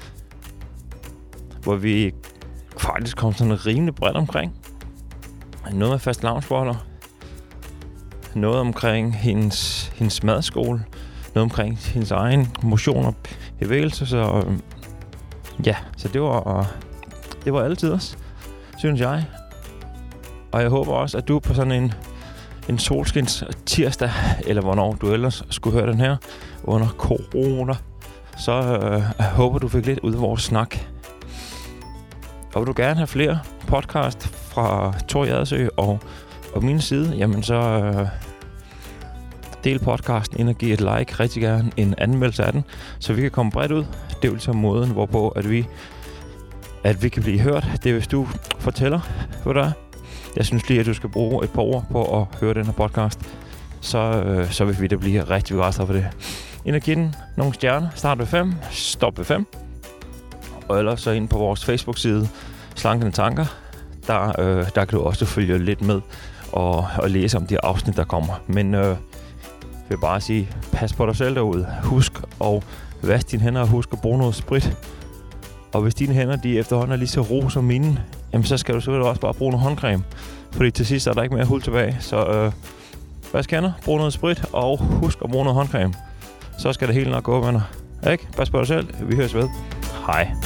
Hvor vi faktisk kom sådan rimelig bredt omkring. Noget med fast lavnsboller. Noget omkring hendes madskole. Noget omkring hendes egen motion og bevægelse. Så ja, så det var altid også, synes jeg. Og jeg håber også, at du på sådan en solskins tirsdag, eller hvornår du ellers skulle høre den her, under corona, så jeg håber, du fik lidt ud af vores snak. Og vil du gerne have flere podcast fra Tor Jadersø og min side, jamen så del podcasten ind og giv et like, rigtig gerne en anmeldelse af den, så vi kan komme bredt ud. Det er jo så måden, hvorpå at vi kan blive hørt. Det er, hvis du fortæller, hvad der er. Jeg synes lige, at du skal bruge et par ord på at høre den her podcast. Så vil vi da blive rigtig begejstret for det. Ind og give den nogle stjerner. Start ved 5. Stop ved 5. Og ellers så ind på vores Facebook-side, Slankende Tanker. Der kan du også følge lidt med og læse om de afsnit, der kommer. Men jeg vil bare sige, pas på dig selv derude. Husk at vaske dine hænder og husk at bruge noget sprit. Og hvis dine hænder de efterhånden er lige så ro som mine, jamen så skal du selvfølgelig også bare bruge noget håndcreme. Fordi til sidst er der ikke mere hul tilbage. Så vask hænder, brug noget sprit og husk at bruge noget håndcreme. Så skal det hele nok gå, venner. Ikke? Pas på dig selv. Vi høres ved. Hej.